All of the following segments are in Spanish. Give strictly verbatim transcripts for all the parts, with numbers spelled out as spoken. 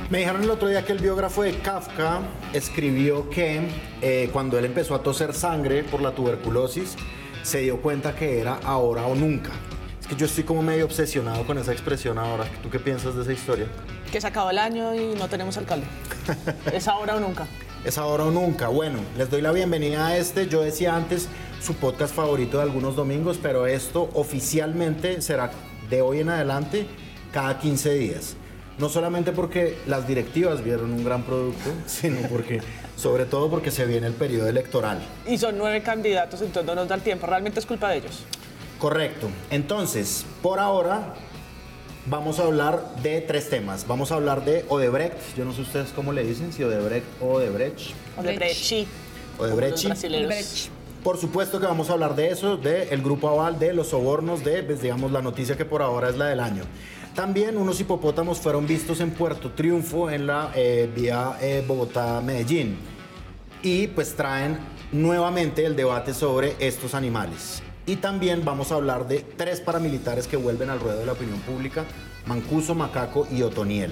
Me dijeron el otro día que el biógrafo de Kafka escribió que eh, cuando él empezó a toser sangre por la tuberculosis, se dio cuenta que era ahora o nunca. Es que yo estoy como medio obsesionado con esa expresión ahora. ¿Tú qué piensas de esa historia? Que se acabó el año y no tenemos alcalde. Es ahora o nunca. Es ahora o nunca. Bueno, les doy la bienvenida a este. Yo decía antes su podcast favorito de algunos domingos, pero esto oficialmente será de hoy en adelante cada quince días. No solamente porque las directivas vieron un gran producto, sino porque, sobre todo porque se viene el periodo electoral. Y son nueve candidatos, entonces no nos da el tiempo. Realmente es culpa de ellos. Correcto. Entonces, por ahora, vamos a hablar de tres temas. Vamos a hablar de Odebrecht. Yo no sé ustedes cómo le dicen, si Odebrecht o Odebrecht. Odebrecht. Odebrecht. Odebrecht. Por supuesto que vamos a hablar de eso, del grupo aval, de los sobornos, de, pues, digamos, la noticia que por ahora es la del año. También unos hipopótamos fueron vistos en Puerto Triunfo, en la eh, vía eh, Bogotá-Medellín. Y pues traen nuevamente el debate sobre estos animales. Y también vamos a hablar de tres paramilitares que vuelven al ruedo de la opinión pública: Mancuso, Macaco y Otoniel.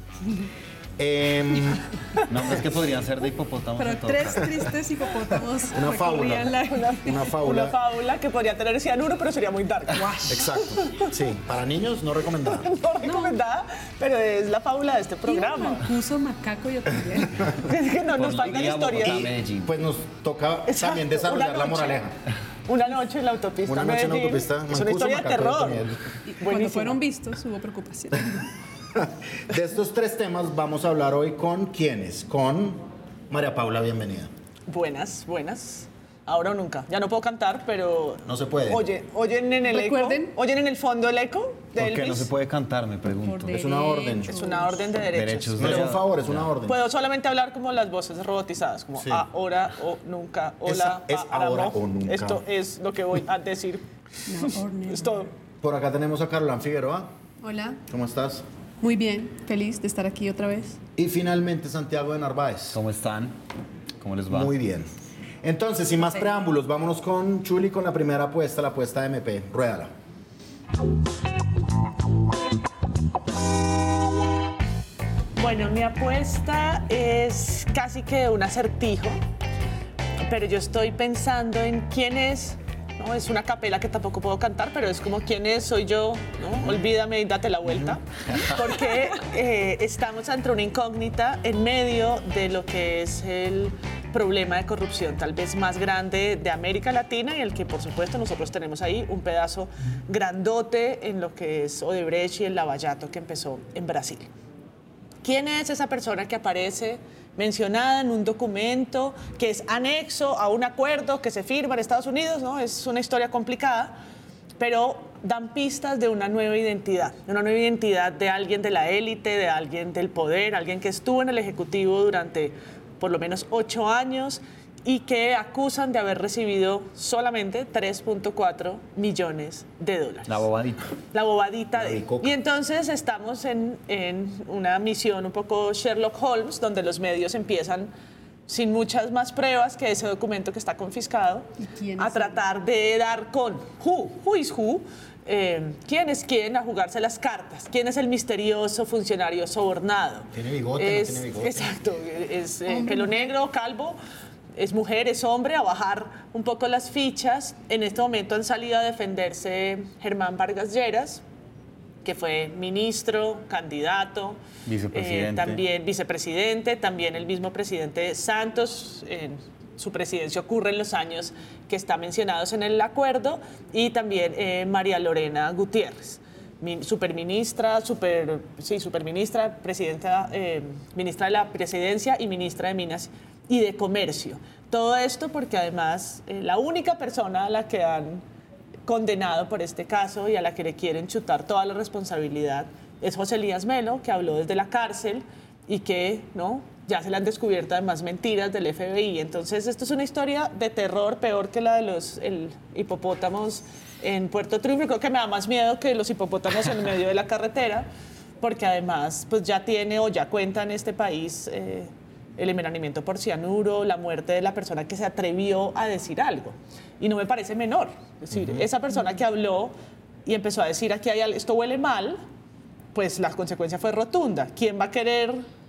Eh, no, es que podrían ser de hipopótamos. Pero en todo tres caso. tristes hipopótamos. Una fábula. La... Una, una fábula. Una fábula que podría tener cianuro, pero sería muy dark. Exacto. Sí, para niños no recomendada. No recomendada, pero es la fábula de este programa. Mancuso, Macaco y Otoniel. Es que no, nos Por falta la vía historia. Bogotá-Medellín. Pues nos toca Exacto, también desarrollar una la noche. moraleja. Una noche en la autopista. Una noche en la Medellín. autopista. Es Mancuso, una historia de Macaco y terror. Otoniel. Cuando Buenísimo. fueron vistos hubo preocupación. De estos tres temas vamos a hablar hoy con ¿quiénes? Con María Paula, bienvenida. Buenas, buenas. Ahora o nunca. Ya no puedo cantar, pero... No se puede. Oye, ¿oyen en el Recuerden. eco? ¿Oyen en el fondo el eco de ¿Por qué Elvis? no se puede cantar, me pregunto? Por Es una orden. derechos. Es una orden de derechos. Derechos No de- es un favor, es una orden. Puedo solamente hablar como las voces robotizadas, como Sí. ahora o nunca, hola, Es- es páramo. ahora o nunca. Esto es lo que voy a decir. No, or never. Es todo. Por acá tenemos a Carolán Figueroa. Hola, ¿Cómo estás? muy bien, feliz de estar aquí otra vez. Y finalmente Santiago de Narváez. ¿Cómo están? ¿Cómo les va? Muy bien. Entonces, sin más preámbulos, vámonos con Chuli con la primera apuesta, la apuesta de M P. Ruédala. Bueno, mi apuesta es casi que un acertijo, pero yo estoy pensando en quién es, ¿no? Es una capela que tampoco puedo cantar, pero es como quién es, soy yo, ¿no? Olvídame y date la vuelta, porque eh, estamos ante una incógnita en medio de lo que es el problema de corrupción tal vez más grande de América Latina y el que por supuesto nosotros tenemos ahí un pedazo grandote en lo que es Odebrecht y el lavallato que empezó en Brasil. ¿Quién es esa persona que aparece mencionada en un documento que es anexo a un acuerdo que se firma en Estados Unidos? ¿No? Es una historia complicada, pero dan pistas de una nueva identidad, de una nueva identidad de alguien de la élite, de alguien del poder, alguien que estuvo en el Ejecutivo durante por lo menos ocho años y que acusan de haber recibido solamente tres punto cuatro millones de dólares. La bobadita. La bobadita La de... bicoca. Y entonces estamos en, en una misión un poco Sherlock Holmes, donde los medios empiezan, sin muchas más pruebas que ese documento que está confiscado, ¿Y quién a es tratar de dar con who, who is who, eh, quién es quién, a jugarse las cartas, quién es el misterioso funcionario sobornado. ¿Tiene bigote, no Es- tiene bigote? Exacto, es eh, pelo negro, calvo. Es mujer, es hombre, a bajar un poco las fichas. En este momento han salido a defenderse Germán Vargas Lleras, que fue ministro, candidato, Vicepresidente. eh, también vicepresidente, también el mismo presidente Santos. En su presidencia ocurre en los años que están mencionados en el acuerdo, y también eh, María Lorena Gutiérrez, mi- superministra, super, sí, superministra, presidenta, eh, ministra de la Presidencia y ministra de Minas y de Comercio. Todo esto porque además eh, la única persona a la que han condenado por este caso y a la que le quieren chutar toda la responsabilidad es José Elías Melo, que habló desde la cárcel y que, ¿no?, ya se le han descubierto además mentiras del F B I. Entonces, esto es una historia de terror peor que la de los el, hipopótamos en Puerto Triunfo. Creo que me da más miedo que los hipopótamos en medio de la carretera, porque además pues ya tiene o ya cuenta en este país eh, el envenenamiento por cianuro, la muerte de la persona que se atrevió a decir algo. Y no me parece menor. Es decir, uh-huh. esa persona que habló y empezó a decir aquí hay algo, esto huele mal, pues la consecuencia fue rotunda. ¿Quién va a querer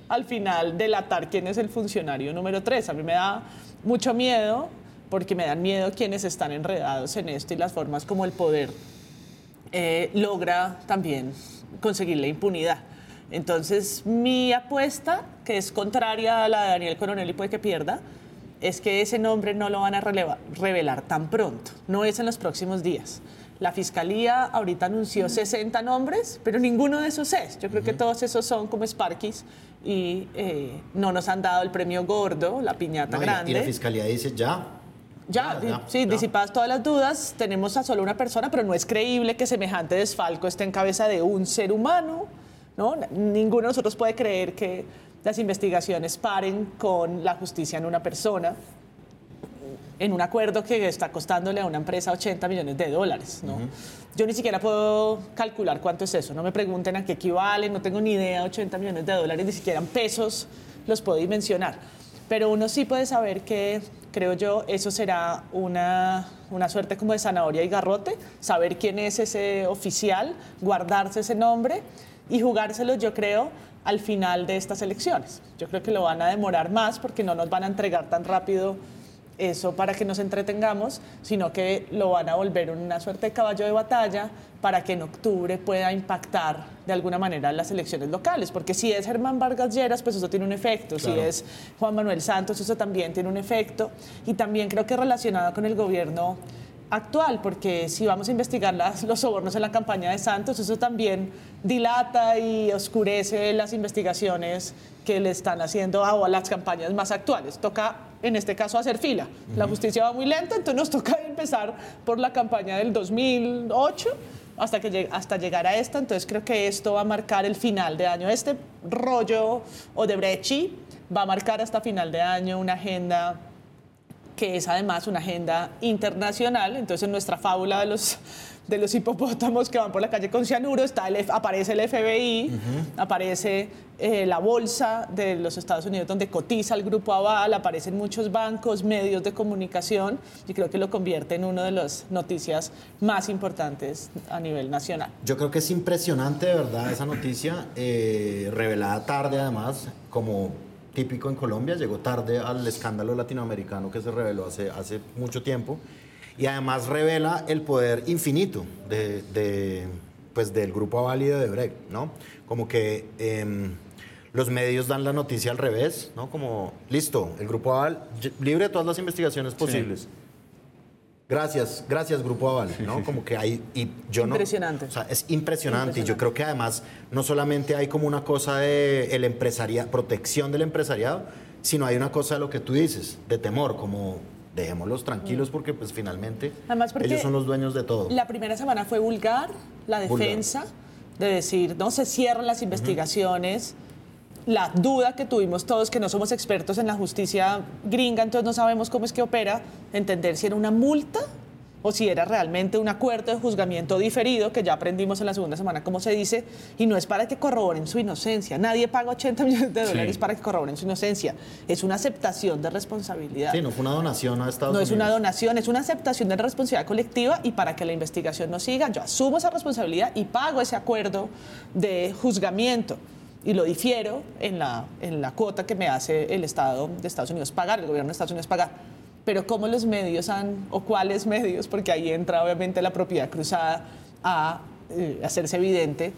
al final delatar quién es el funcionario número tres. A mí me da mucho miedo, porque me dan miedo quienes están enredados en esto y las formas como el poder eh, logra también conseguir la impunidad. Entonces, mi apuesta, que es contraria a la de Daniel Coronel y puede que pierda, es que ese nombre no lo van a releva- revelar tan pronto, no es en los próximos días. La Fiscalía ahorita anunció sesenta nombres, pero ninguno de esos es. Yo creo uh-huh. que todos esos son como Sparkies y eh, no nos han dado el premio gordo, la piñata no, grande. Y la Fiscalía dice ya. Ya, ya, ya sí, ya. disipadas todas las dudas, tenemos a solo una persona, pero no es creíble que semejante desfalco esté en cabeza de un ser humano, ¿no? Ninguno de nosotros puede creer que las investigaciones paren con la justicia en una persona, en un acuerdo que está costándole a una empresa ochenta millones de dólares, ¿no? Uh-huh. Yo ni siquiera puedo calcular cuánto es eso, no me pregunten a qué equivale, no tengo ni idea, ochenta millones de dólares, ni siquiera en pesos los puedo dimensionar. Pero uno sí puede saber que, creo yo, eso será una, una suerte como de zanahoria y garrote, saber quién es ese oficial, guardarse ese nombre y jugárselo, yo creo, al final de estas elecciones. Yo creo que lo van a demorar más porque no nos van a entregar tan rápido eso para que nos entretengamos, sino que lo van a volver una suerte de caballo de batalla para que en octubre pueda impactar de alguna manera las elecciones locales, porque si es Germán Vargas Lleras, pues eso tiene un efecto, claro. Si es Juan Manuel Santos, eso también tiene un efecto, y también creo que relacionado con el gobierno actual, porque si vamos a investigar las, los sobornos en la campaña de Santos, eso también dilata y oscurece las investigaciones que le están haciendo a las campañas más actuales. Toca, en este caso, hacer fila. Uh-huh. La justicia va muy lenta, entonces nos toca empezar por la campaña del dos mil ocho hasta, que, hasta llegar a esta. Entonces creo que esto va a marcar el final de año. Este rollo Odebrecht va a marcar hasta final de año una agenda que es además una agenda internacional. Entonces, en nuestra fábula de los, de los hipopótamos que van por la calle con cianuro, está el, aparece el F B I, uh-huh. aparece eh, la bolsa de los Estados Unidos donde cotiza el Grupo Aval, aparecen muchos bancos, medios de comunicación, y creo que lo convierte en una de las noticias más importantes a nivel nacional. Yo creo que es impresionante, de verdad, esa noticia, eh, revelada tarde además, como típico en Colombia, llegó tarde al escándalo latinoamericano que se reveló hace, hace mucho tiempo, y además revela el poder infinito de, de, pues del Grupo Aval y de Odebrecht, ¿no? Como que eh, los medios dan la noticia al revés, ¿no? Como, listo, el Grupo Aval libre de todas las investigaciones posibles. Sí. Gracias, gracias Grupo Aval, ¿no? Como que hay, y yo no... Impresionante. O sea, es impresionante, impresionante. Y yo creo que además no solamente hay como una cosa de el empresaria, protección del empresariado, sino hay una cosa de lo que tú dices, de temor, como dejémoslos tranquilos porque pues finalmente además, porque ellos son los dueños de todo. La primera semana fue vulgar, la defensa, vulgar. De decir, no se cierran las investigaciones, uh-huh. La duda que tuvimos todos, que no somos expertos en la justicia gringa, entonces no sabemos cómo es que opera, entender si era una multa o si era realmente un acuerdo de juzgamiento diferido, que ya aprendimos en la segunda semana cómo se dice, y no es para que corroboren su inocencia. Nadie paga ochenta millones de dólares sí. para que corroboren su inocencia. Es una aceptación de responsabilidad. Sí, no fue una donación a Estados no Unidos. No es una donación, es una aceptación de responsabilidad colectiva, y para que la investigación no siga, yo asumo esa responsabilidad y pago ese acuerdo de juzgamiento. Y lo difiero en la, en la cuota que me hace el Estado de Estados Unidos pagar, el gobierno de Estados Unidos pagar. Pero cómo los medios han, o cuáles medios, porque ahí entra obviamente la propiedad cruzada a eh, hacerse evidente,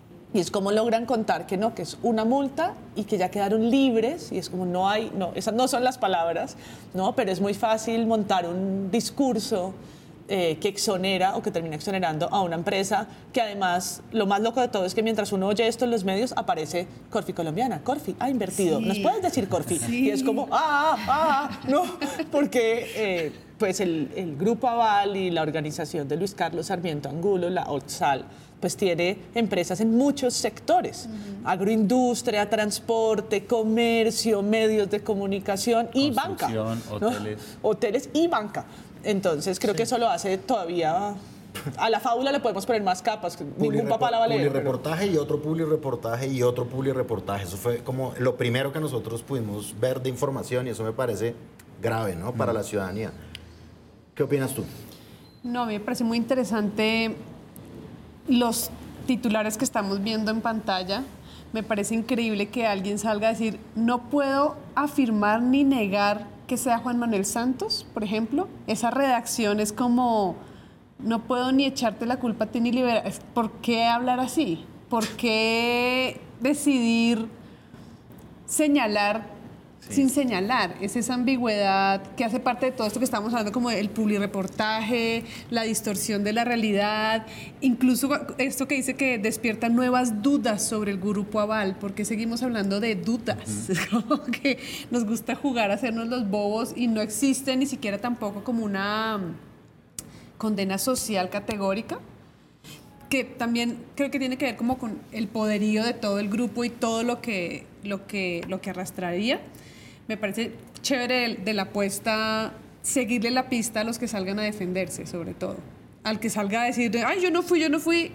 y es cómo logran contar que no, que es una multa y que ya quedaron libres, y es como no hay, no, esas no son las palabras, ¿no? Pero es muy fácil montar un discurso Eh, que exonera o que termina exonerando a una empresa que además, lo más loco de todo es que mientras uno oye esto en los medios aparece Corfi Colombiana, Corfi ha invertido, sí. ¿Nos puedes decir Corfi? Sí. Y es como, ah, ah, no, porque eh, pues el, el Grupo Aval y la organización de Luis Carlos Sarmiento Angulo, la OTSAL, pues tiene empresas en muchos sectores, uh-huh. agroindustria, transporte, comercio, medios de comunicación y banca. Hoteles. ¿No? Hoteles y banca. Entonces creo sí. que eso lo hace todavía... A la fábula le podemos poner más capas, ningún papá la va a leer. Publireportaje pero... y otro publireportaje y otro publireportaje. Eso fue como lo primero que nosotros pudimos ver de información, y eso me parece grave, ¿no? Para mm. la ciudadanía. ¿Qué opinas tú? No, a mí me parece muy interesante los titulares que estamos viendo en pantalla, me parece increíble que alguien salga a decir, no puedo afirmar ni negar que sea Juan Manuel Santos, por ejemplo. Esa redacción es como, no puedo ni echarte la culpa a ti ni liberar. ¿Por qué hablar así? ¿Por qué decidir señalar sí. sin señalar? Es esa ambigüedad que hace parte de todo esto que estamos hablando, como el publireportaje, la distorsión de la realidad, incluso esto que dice que despierta nuevas dudas sobre el Grupo Aval, porque seguimos hablando de dudas. Uh-huh. Es como que nos gusta jugar a hacernos los bobos y no existe ni siquiera tampoco como una condena social categórica, que también creo que tiene que ver como con el poderío de todo el grupo y todo lo que, lo que, lo que arrastraría. Me parece chévere de, de la apuesta seguirle la pista a los que salgan a defenderse, sobre todo. Al que salga a decir, ay, yo no fui, yo no fui,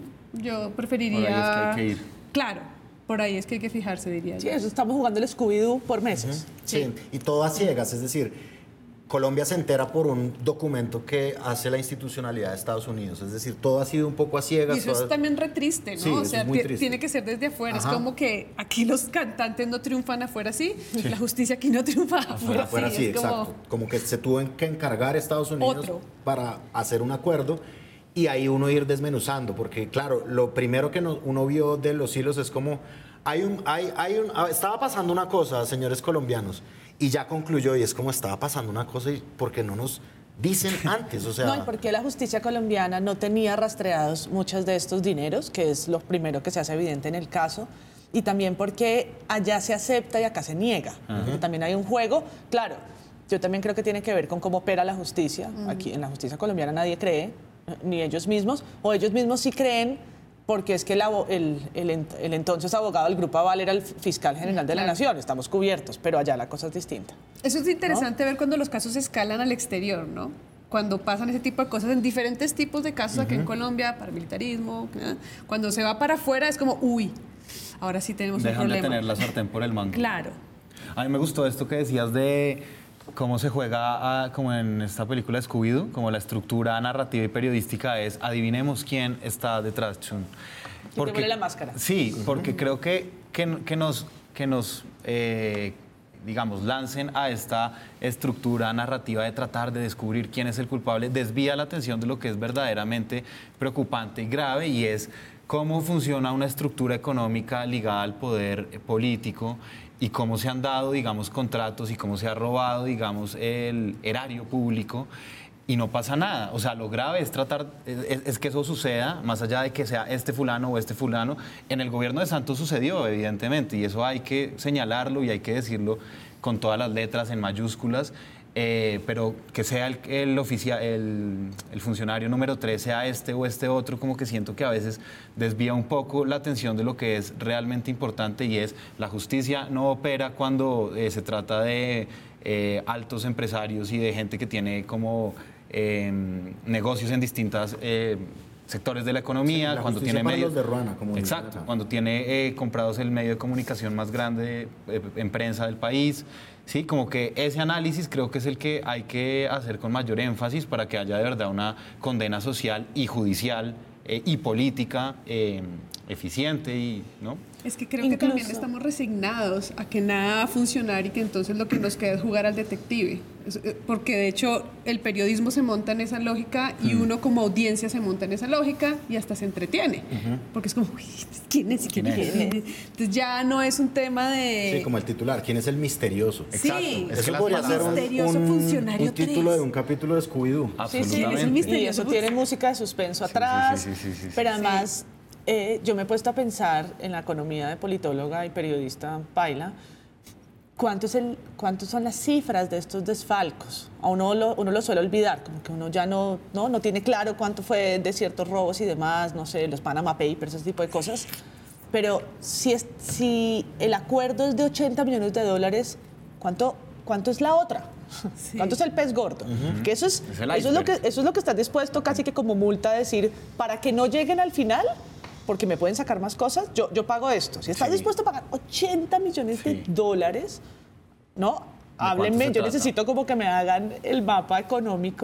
yo preferiría... Por ahí es que hay que ir. Claro, por ahí es que hay que fijarse, diría sí, yo. eso estamos jugando el Scooby-Doo por meses. Uh-huh. Sí. sí, y todo a ciegas, es decir... Colombia se entera por un documento que hace la institucionalidad de Estados Unidos. Es decir, todo ha sido un poco a ciegas. Y eso todo... es también re triste, ¿no? Sí, o sea, es muy t- triste. tiene que ser desde afuera. Ajá. Es como que aquí los cantantes no triunfan afuera así, sí. la justicia aquí no triunfa afuera, afuera sí. sí, Es exacto. como... como que se tuvo que encargar Estados Unidos Otro. para hacer un acuerdo y ahí uno ir desmenuzando. Porque, claro, lo primero que no, uno vio de los hilos es como... Hay un, hay, hay un, estaba pasando una cosa, señores colombianos, y ya concluyó, y es como estaba pasando una cosa, y porque no nos dicen antes, o sea... No, y porque la justicia colombiana no tenía rastreados muchos de estos dineros, que es lo primero que se hace evidente en el caso, y también porque allá se acepta y acá se niega. Uh-huh. También hay un juego, claro, yo también creo que tiene que ver con cómo opera la justicia. Uh-huh. Aquí en la justicia colombiana nadie cree, ni ellos mismos, o ellos mismos sí creen, porque es que el, el, el, el entonces abogado del Grupo Aval era el fiscal general de la claro. Nación, estamos cubiertos, pero allá la cosa es distinta. Eso es interesante, ¿no? Ver cuando los casos escalan al exterior, ¿no? Cuando pasan ese tipo de cosas en diferentes tipos de casos, uh-huh. aquí en Colombia, paramilitarismo, cuando se va para afuera es como, uy, ahora sí tenemos Dejan un problema. de tener la sartén por el mango. Claro. A mí me gustó esto que decías de cómo se juega, a, como en esta película Scooby-Doo, como la estructura narrativa y periodística es adivinemos quién está detrás. Porque pone la máscara. Sí, porque creo que, que, que nos, que nos eh, digamos, lancen a esta estructura narrativa de tratar de descubrir quién es el culpable, desvía la atención de lo que es verdaderamente preocupante y grave, y es cómo funciona una estructura económica ligada al poder político y cómo se han dado, digamos, contratos y cómo se ha robado, digamos, el erario público y no pasa nada. O sea, lo grave es tratar, es, es que eso suceda, más allá de que sea este fulano o este fulano. En el gobierno de Santos sucedió, evidentemente, y eso hay que señalarlo y hay que decirlo con todas las letras en mayúsculas. Eh, pero que sea el, el, oficia, el, el funcionario número tres, sea este o este otro, como que siento que a veces desvía un poco la atención de lo que es realmente importante, y es la justicia no opera cuando eh, se trata de eh, altos empresarios y de gente que tiene como eh, negocios en distintas eh, sectores de la economía, sí, cuando tiene para medios, los de Ruana, como exacto, cuando tiene eh, comprados el medio de comunicación más grande eh, en prensa del país. Sí, como que ese análisis creo que es el que hay que hacer con mayor énfasis para que haya de verdad una condena social y judicial eh, y política eh, eficiente, y, ¿no? Es que creo Incluso, que también estamos resignados a que nada va a funcionar y que entonces lo que nos queda es jugar al detective. Porque de hecho el periodismo se monta en esa lógica y mm. uno como audiencia se monta en esa lógica y hasta se entretiene. Uh-huh. Porque es como, uy, ¿quién es? ¿Quién, ¿Quién es? es? Entonces ya no es un tema de... Sí, como el titular, ¿quién es el misterioso? Sí, exacto. es Eso que podría ser un, misterioso un, funcionario un título tres. De un capítulo de Scooby-Doo. Sí, sí, es el misterioso. Y eso tiene música de suspenso sí, atrás, sí, sí, sí, sí, pero además... Sí. Eh, yo me he puesto a pensar en la economía de politóloga y periodista paila, ¿cuánto es el, ¿cuántos son las cifras de estos desfalcos? A uno lo, uno lo suele olvidar, como que uno ya no, no, no tiene claro cuánto fue de ciertos robos y demás, no sé, los Panama Papers, ese tipo de cosas. Pero si, es, si el acuerdo es de ochenta millones de dólares, ¿cuánto, cuánto es la otra? Sí. ¿Cuánto es el pez gordo? Uh-huh. Que eso es, es eso, es lo que, eso es lo que estás dispuesto casi que como multa a decir, para que no lleguen al final... porque me pueden sacar más cosas, yo, yo pago esto. Si estás sí. dispuesto a pagar ochenta millones sí. de dólares, ¿no? Háblenme, yo necesito como que me hagan el mapa económico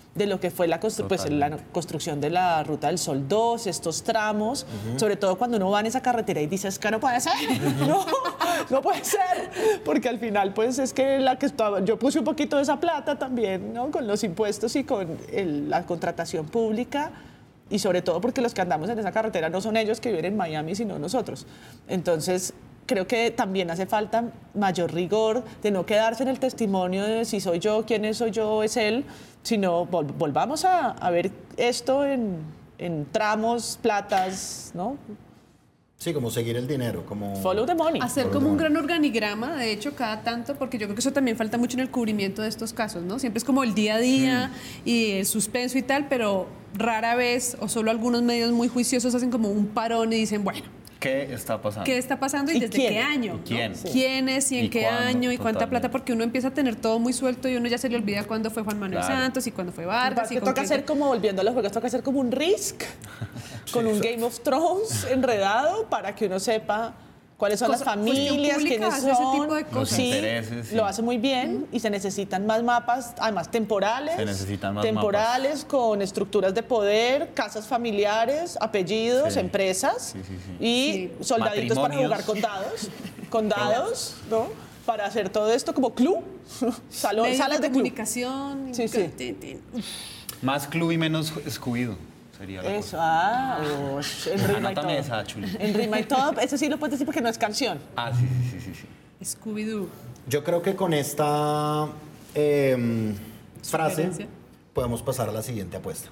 de lo que fue la, constru pues, la construcción de la Ruta del Sol dos, estos tramos, uh-huh. sobre todo cuando uno va en esa carretera y dices que no puede ser, no, no puede ser, porque al final pues es que la que estaba, yo puse un poquito de esa plata también, ¿no? Con los impuestos y con el, la contratación pública, y sobre todo porque los que andamos en esa carretera no son ellos que viven en Miami, sino nosotros. Entonces, creo que también hace falta mayor rigor de no quedarse en el testimonio de si soy yo, quién es soy yo, es él, sino vol volvamos a, a ver esto en, en tramos, platas, ¿no? Sí, como seguir el dinero, como... Follow the money. Hacer Follow como un the gran organigrama, de hecho, cada tanto, porque yo creo que eso también falta mucho en el cubrimiento de estos casos, ¿no? Siempre es como el día a día mm. y el suspenso y tal, pero rara vez, o solo algunos medios muy juiciosos hacen como un parón y dicen, bueno... ¿Qué está pasando? ¿Qué está pasando y, ¿Y desde quién? qué año? ¿Y quién? ¿no? Sí. ¿Quién es y en ¿Y qué cuándo? año y cuánta Totalmente. plata? Porque uno empieza a tener todo muy suelto y uno ya se le olvida cuándo fue Juan Manuel Claro. Santos y cuándo fue Vargas. Que Y con toca quién- hacer como, volviendo a los juegos, toca hacer como un Risk, con un Game of Thrones enredado para que uno sepa cuáles son Cosa- las familias, cuestión pública, quiénes hacer son. ese tipo de cosas. Sí, intereses, sí. lo hace muy bien y se necesitan más mapas, además temporales. Se necesitan más temporales con estructuras de poder, casas familiares, apellidos, Sí. empresas Sí, sí, sí. y Sí. soldaditos para Matrimonios. jugar con dados, con dados, ¿no? Para hacer todo esto como club, salón, medios salas de club. comunicación. Sí, sí. tin, tin. Más club y menos Scooby-Doo sería la Eso, cosa. ah, ush, en rima y Anótame todo. esa, Chuli. En rima y todo, eso sí lo puedes decir porque no es canción. Ah, sí, sí, sí, sí, sí. Scooby-Doo. Yo creo que con esta eh, frase Sugerencia. podemos pasar a la siguiente apuesta.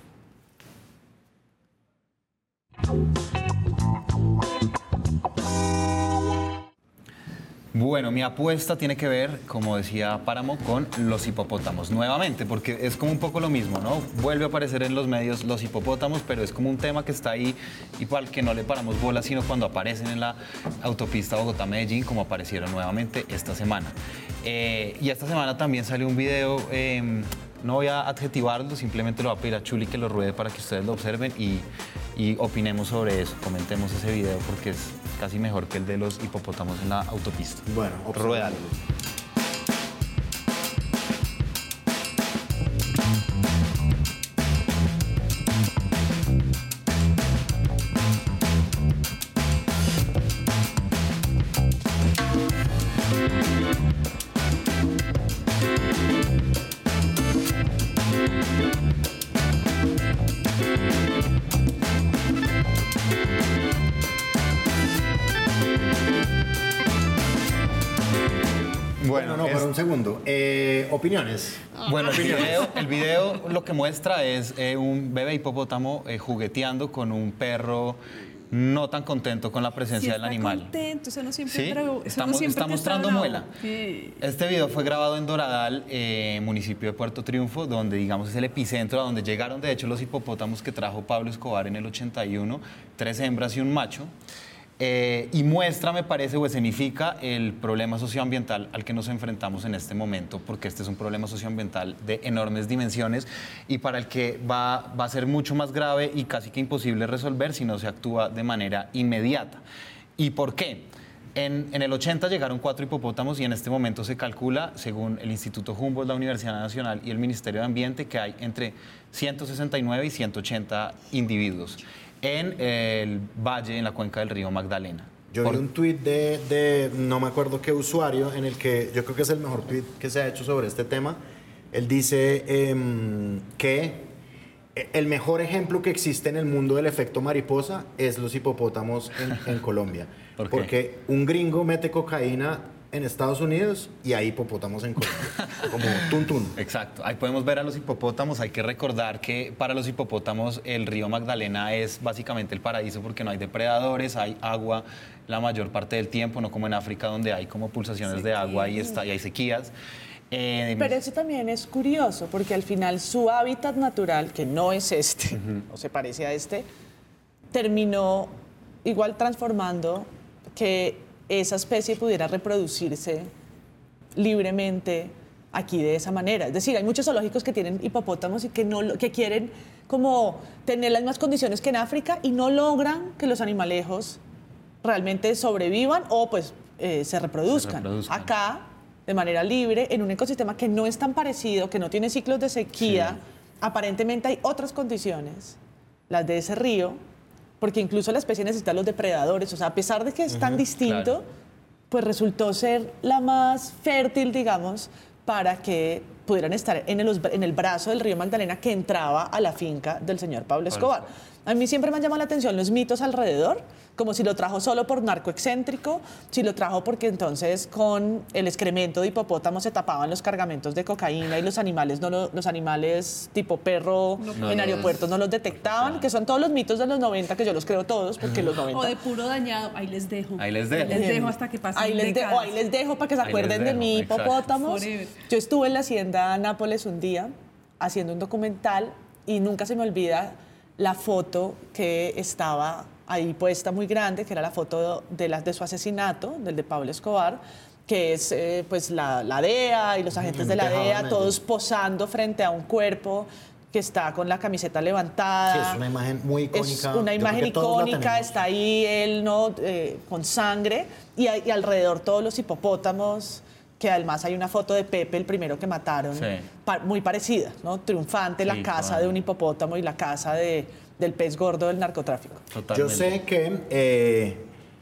Bueno, mi apuesta tiene que ver, como decía Páramo, con los hipopótamos, nuevamente, porque es como un poco lo mismo, ¿no? Vuelve a aparecer en los medios los hipopótamos, pero es como un tema que está ahí y para el que no le paramos bola, sino cuando aparecen en la autopista Bogotá-Medellín, como aparecieron nuevamente esta semana. Eh, y esta semana también salió un video, eh, no voy a adjetivarlo, simplemente lo voy a pedir a Chuli que lo ruede para que ustedes lo observen y, y opinemos sobre eso, comentemos ese video porque es casi mejor que el de los hipopótamos en la autopista. Bueno, Ruédalo. Bueno, no, es- pero un segundo. Eh, opiniones. Bueno, el video, el video lo que muestra es eh, un bebé hipopótamo eh, jugueteando con un perro no tan contento con la presencia Sí, del está animal. contento, eso no siempre Sí, es bravo, eso no estamos- siempre está te mostrando bravo. muela. Sí. Este video fue grabado en Doradal, eh, municipio de Puerto Triunfo, donde digamos es el epicentro, a donde llegaron de hecho los hipopótamos que trajo Pablo Escobar en el ochenta y uno, tres hembras y un macho. Eh, y muestra, me parece, o escenifica el problema socioambiental al que nos enfrentamos en este momento, porque este es un problema socioambiental de enormes dimensiones y para el que va, va a ser mucho más grave y casi que imposible resolver si no se actúa de manera inmediata. ¿Y por qué? En, en el ochenta llegaron cuatro hipopótamos y en este momento se calcula, según el Instituto Humboldt, la Universidad Nacional y el Ministerio de Ambiente, que hay entre ciento sesenta y nueve y ciento ochenta individuos en el valle, en la cuenca del río Magdalena. Yo Por- vi un tuit de, de no me acuerdo qué usuario, en el que yo creo que es el mejor tuit que se ha hecho sobre este tema. Él dice em, que el mejor ejemplo que existe en el mundo del efecto mariposa es los hipopótamos en, en Colombia. ¿Por qué? Porque un gringo mete cocaína en Estados Unidos y hay hipopótamos en Colombia. Como tuntún. Exacto, ahí podemos ver a los hipopótamos. Hay que recordar que para los hipopótamos el río Magdalena es básicamente el paraíso porque no hay depredadores, hay agua la mayor parte del tiempo, no como en África donde hay como pulsaciones de agua y, está, y hay sequías. Eh, Pero eso también es curioso, porque al final su hábitat natural, que no es este, o se parece a este, terminó igual transformando que esa especie pudiera reproducirse libremente aquí de esa manera. Es decir, hay muchos zoológicos que tienen hipopótamos y que, no, lo- que quieren como tener las mismas condiciones que en África y no logran que los animalejos realmente sobrevivan o pues eh, se reproduzcan. Se reproduzcan. Acá, de manera libre, en un ecosistema que no es tan parecido, que no tiene ciclos de sequía, aparentemente hay otras condiciones, las de ese río, porque incluso la especie necesita los depredadores, o sea, a pesar de que es tan distinto, claro. pues resultó ser la más fértil, digamos, para que pudieran estar en el, en el brazo del río Magdalena que entraba a la finca del señor Pablo Escobar. A mí siempre me han llamado la atención los mitos alrededor, como si lo trajo solo por narco excéntrico, si lo trajo porque entonces con el excremento de hipopótamo se tapaban los cargamentos de cocaína y los animales, no lo, los animales tipo perro no, en no, aeropuertos no los detectaban, no. que son todos los mitos de los noventa, que yo los creo todos, porque los noventa... O de puro dañado, ahí les dejo. Ahí les dejo. Ahí les dejo hasta que pasen ahí les décadas. dejo, ahí les dejo para que se Ahí acuerden les de dejo, mi exacto. hipopótamos. Forever. Yo estuve en la hacienda Nápoles un día haciendo un documental y nunca se me olvida la foto que estaba ahí puesta muy grande, que era la foto de, la, de su asesinato, del de Pablo Escobar, que es eh, pues la, la D E A y los agentes de la D E A, todos posando frente a un cuerpo que está con la camiseta levantada. Sí, es una imagen muy icónica. Es una Yo imagen creo que todos la icónica, tenemos. está ahí él, ¿no? Eh, con sangre, y, y alrededor todos los hipopótamos, que además hay una foto de Pepe, el primero que mataron, Sí. pa- muy parecida, ¿no? Triunfante, la Sí, casa claro. de un hipopótamo y la casa de, del pez gordo del narcotráfico. Totalmente. Yo sé que eh,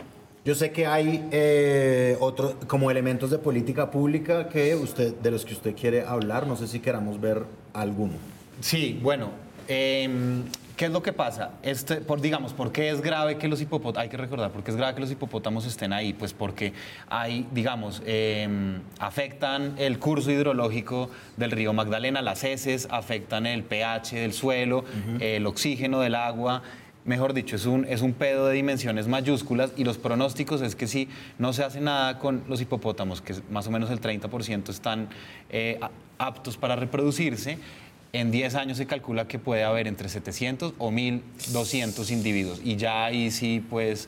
yo sé que hay eh, otros como elementos de política pública que usted de los que usted quiere hablar. No sé si queramos ver alguno. Sí, bueno, eh, ¿qué es lo que pasa? Este, por, digamos, ¿por qué es grave que los hipopótamos, hay que recordar, por qué es grave que los hipopótamos estén ahí? Pues porque hay, digamos, eh, afectan el curso hidrológico del río Magdalena, las heces, afectan el pH del suelo, uh-huh. el oxígeno del agua. Mejor dicho, es un, es un pedo de dimensiones mayúsculas y los pronósticos es que si no se hace nada con los hipopótamos, que más o menos el treinta por ciento están eh, aptos para reproducirse, en diez años se calcula que puede haber entre setecientos o mil doscientos individuos. Y ya ahí sí, pues,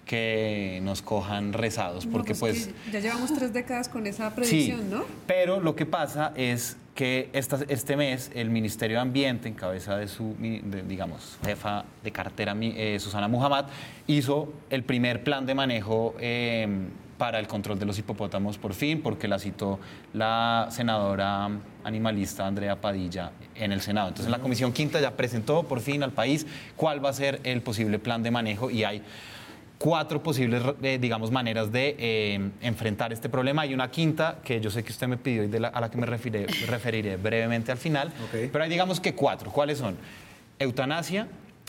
que nos cojan rezados. Porque, no, pues, pues ya llevamos tres décadas con esa predicción, sí, ¿no? Pero lo que pasa es que esta, este mes el Ministerio de Ambiente, en cabeza de su, de, digamos, jefa de cartera, eh, Susana Muhammad, hizo el primer plan de manejo eh, para el control de los hipopótamos por fin, porque la citó la senadora animalista Andrea Padilla en el Senado. Entonces, la Comisión Quinta ya presentó por fin al país cuál va a ser el posible plan de manejo y hay cuatro posibles, eh, digamos, maneras de eh, enfrentar este problema. Hay una quinta que yo sé que usted me pidió y de la, a la que me referiré, referiré brevemente al final, Okay. pero hay, digamos, que cuatro. ¿Cuáles son? Eutanasia,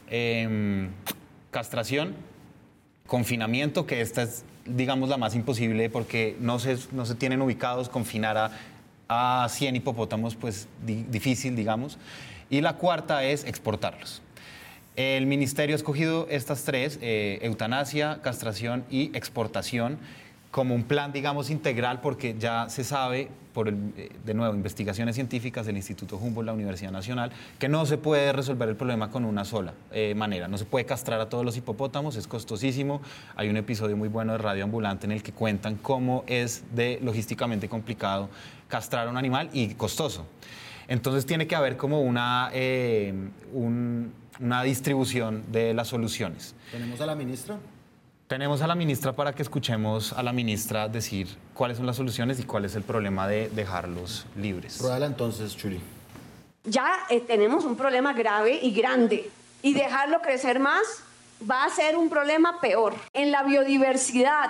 eh, castración, confinamiento, que esta es, digamos, la más imposible porque no se, no se tienen ubicados, confinar a, a cien hipopótamos, pues di, difícil, digamos. Y la cuarta es exportarlos. El ministerio ha escogido estas tres, eh, eutanasia, castración y exportación, como un plan, digamos, integral, porque ya se sabe, por el, eh, de nuevo, investigaciones científicas del Instituto Humboldt, la Universidad Nacional, que no se puede resolver el problema con una sola eh, manera. No se puede castrar a todos los hipopótamos, es costosísimo. Hay un episodio muy bueno de Radio Ambulante en el que cuentan cómo es de logísticamente complicado castrar a un animal y costoso. Entonces tiene que haber como una, eh, un, una distribución de las soluciones. ¿Tenemos a la ministra? Tenemos a la ministra para que escuchemos a la ministra decir cuáles son las soluciones y cuál es el problema de dejarlos libres. Ruédala entonces, Chuli. Ya eh, tenemos un problema grave y grande, y dejarlo crecer más va a ser un problema peor. En la biodiversidad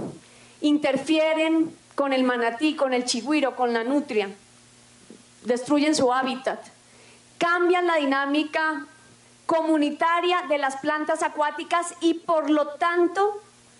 interfieren con el manatí, con el chigüiro, con la nutria, destruyen su hábitat, cambian la dinámica comunitaria de las plantas acuáticas y por lo tanto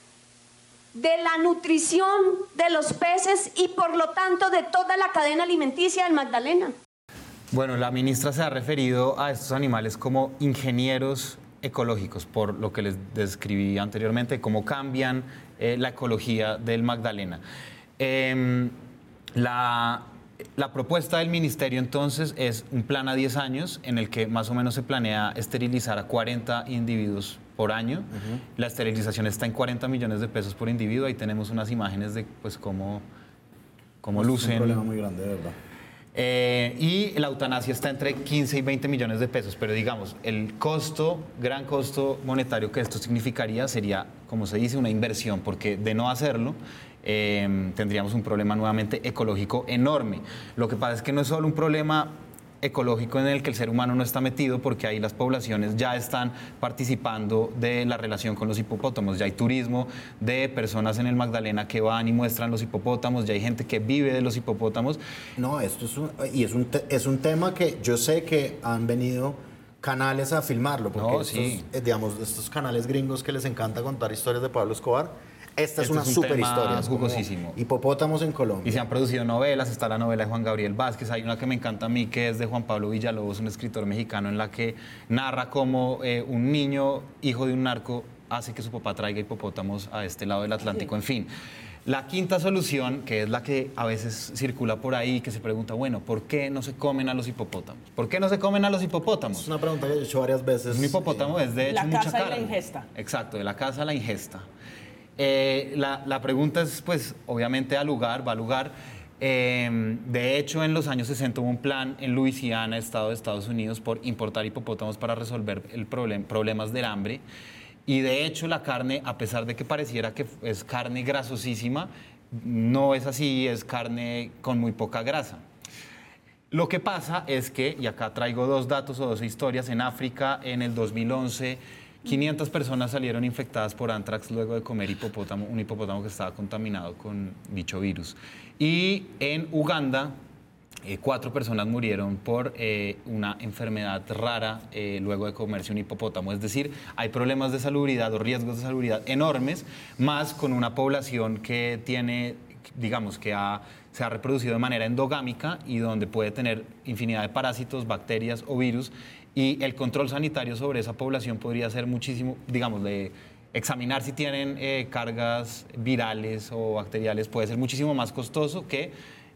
de la nutrición de los peces y por lo tanto de toda la cadena alimenticia del Magdalena. Bueno, la ministra se ha referido a estos animales como ingenieros ecológicos, por lo que les describí anteriormente, cómo cambian eh, la ecología del Magdalena. Eh, la... La propuesta del ministerio entonces es un plan a diez años en el que más o menos se planea esterilizar a cuarenta individuos por año. Uh-huh. La esterilización está en cuarenta millones de pesos por individuo. Ahí tenemos unas imágenes de pues cómo, cómo es lucen. Es un problema muy grande, de verdad. Eh, y la eutanasia está entre quince y veinte millones de pesos, pero digamos, el costo, gran costo monetario que esto significaría sería, como se dice, una inversión, porque de no hacerlo, eh, tendríamos un problema nuevamente ecológico enorme. Lo que pasa es que no es solo un problema ecológico en el que el ser humano no está metido, porque ahí las poblaciones ya están participando de la relación con los hipopótamos. Ya hay turismo de personas en el Magdalena que van y muestran los hipopótamos, ya hay gente que vive de los hipopótamos. No, esto es un, y es un, te, es un tema que yo sé que han venido canales a filmarlo, porque No, estos, sí. eh, digamos, estos canales gringos que les encanta contar historias de Pablo Escobar, esta es Este una es un super tema historia. es como jugosísimo. Hipopótamos en Colombia. Y se han producido novelas, está la novela de Juan Gabriel Vázquez, hay una que me encanta a mí que es de Juan Pablo Villalobos, un escritor mexicano, en la que narra cómo eh, un niño, hijo de un narco, hace que su papá traiga hipopótamos a este lado del Atlántico, en fin. La quinta solución, que es la que a veces circula por ahí, que se pregunta, bueno, ¿por qué no se comen a los hipopótamos? ¿Por qué no se comen a los hipopótamos? Es una pregunta que yo he hecho varias veces. Un hipopótamo es de hecho La mucha caza y la carne. ingesta. Exacto, de la caza a la ingesta. Eh, la, la pregunta es, pues, obviamente al lugar, va al lugar. Eh, de hecho, en los años sesenta hubo un plan en Luisiana, estado de Estados Unidos, por importar hipopótamos para resolver el problem, problemas del hambre. Y de hecho, la carne, a pesar de que pareciera que es carne grasosísima, no es así, es carne con muy poca grasa. Lo que pasa es que, y acá traigo dos datos o dos historias, en África en el dos mil once, quinientas personas salieron infectadas por anthrax luego de comer hipopótamo, un hipopótamo que estaba contaminado con dicho virus. Y en Uganda, eh, cuatro personas murieron por eh, una enfermedad rara eh, luego de comerse un hipopótamo. Es decir, hay problemas de salubridad o riesgos de salubridad enormes, más con una población que tiene, digamos, que ha, se ha reproducido de manera endogámica y donde puede tener infinidad de parásitos, bacterias o virus. Y el control sanitario sobre esa población podría ser muchísimo, digamos, de examinar si tienen eh, cargas virales o bacteriales, puede ser muchísimo más costoso que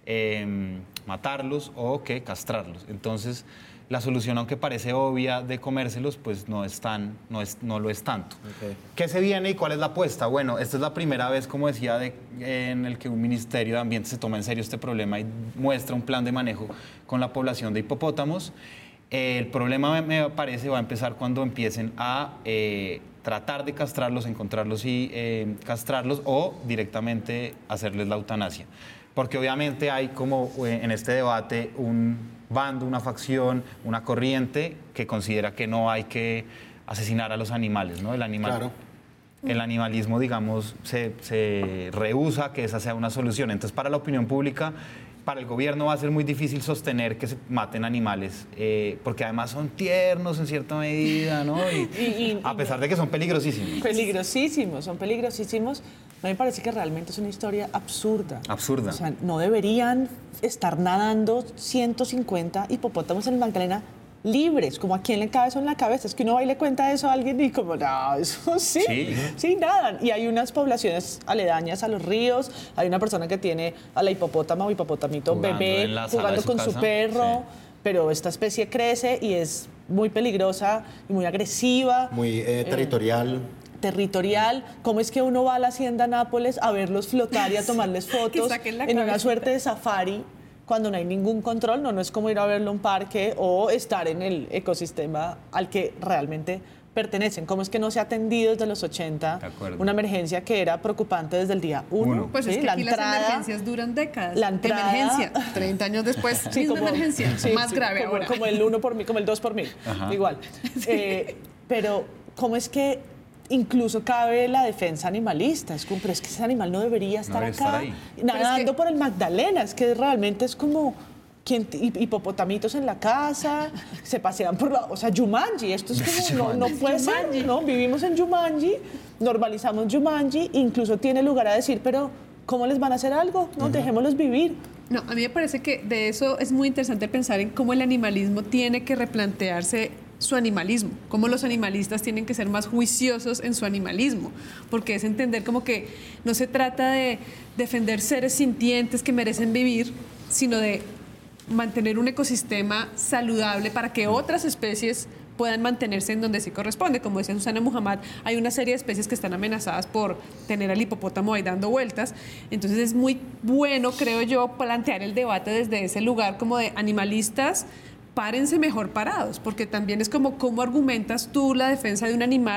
eh, matarlos o que castrarlos. Entonces, la solución, aunque parece obvia de comérselos, pues no, es tan, no, es, no lo es tanto. Okay. ¿Qué se viene y cuál es la apuesta? Bueno, esta es la primera vez, como decía, de, en el que un Ministerio de Ambiente se toma en serio este problema y muestra un plan de manejo con la población de hipopótamos. El problema, me parece, va a empezar cuando empiecen a eh, tratar de castrarlos, encontrarlos y eh, castrarlos, o directamente hacerles la eutanasia. Porque obviamente hay, como eh, en este debate, un bando, una facción, una corriente que considera que no hay que asesinar a los animales, ¿no? El animal, Claro. El animalismo, digamos, se, se rehúsa que esa sea una solución. Entonces, para la opinión pública, para el gobierno va a ser muy difícil sostener que se maten animales, eh, porque además son tiernos en cierta medida, ¿no? Y, Y- y- a pesar de que son peligrosísimos. Peligrosísimos, son peligrosísimos. A mí me parece que realmente es una historia absurda. Absurda. O sea, no deberían estar nadando ciento cincuenta hipopótamos en el Magdalena libres, como a quién le cabe eso en la cabeza. Es que uno va y le cuenta eso a alguien y como, no, eso sí, Sí. sí, nadan. Y hay unas poblaciones aledañas a los ríos, hay una persona que tiene a la hipopótama o hipopotamito Jugando bebé en la sala jugando de su con su casa. perro, Sí. pero esta especie crece y es muy peligrosa y muy agresiva. Muy eh, territorial. Territorial, cómo es que uno va a la hacienda Nápoles a verlos flotar y a tomarles fotos saquen la en una cabeza. suerte de safari cuando no hay ningún control. No, no es como ir a verlo a un parque o estar en el ecosistema al que realmente pertenecen. ¿Cómo es que no se ha atendido desde los ochenta De acuerdo. una emergencia que era preocupante desde el día uno? Uno. Pues es ¿sí? que La aquí entrada- las emergencias duran décadas. la entrada- Emergencia, treinta años después, Sí, misma como- emergencia, sí, más sí, grave como, ahora. como el uno por mil, como el dos por mil, Ajá. igual. Eh, pero, ¿cómo es que incluso cabe la defensa animalista? Es como, pero es que ese animal no debería estar debería acá, estar ahí. nadando Pero es que- por el Magdalena. Es que realmente es como ¿quién t- hip- hipopotamitos en la casa, se pasean por la... O sea, Jumanji, esto es como, no, no puede ser, ¿no? Vivimos en Jumanji, normalizamos Jumanji, incluso tiene lugar a decir, pero ¿cómo les van a hacer algo? No, dejémoslos vivir. No, a mí me parece que de eso es muy interesante pensar en cómo el animalismo tiene que replantearse su animalismo, cómo los animalistas tienen que ser más juiciosos en su animalismo, porque es entender como que no se trata de defender seres sintientes que merecen vivir, sino de mantener un ecosistema saludable para que otras especies puedan mantenerse en donde sí corresponde. Como decía Susana Muhammad, hay una serie de especies que están amenazadas por tener al hipopótamo ahí dando vueltas. Entonces es muy bueno, creo yo, plantear el debate desde ese lugar como de animalistas, párense mejor parados, porque también es como cómo argumentas tú la defensa de un animal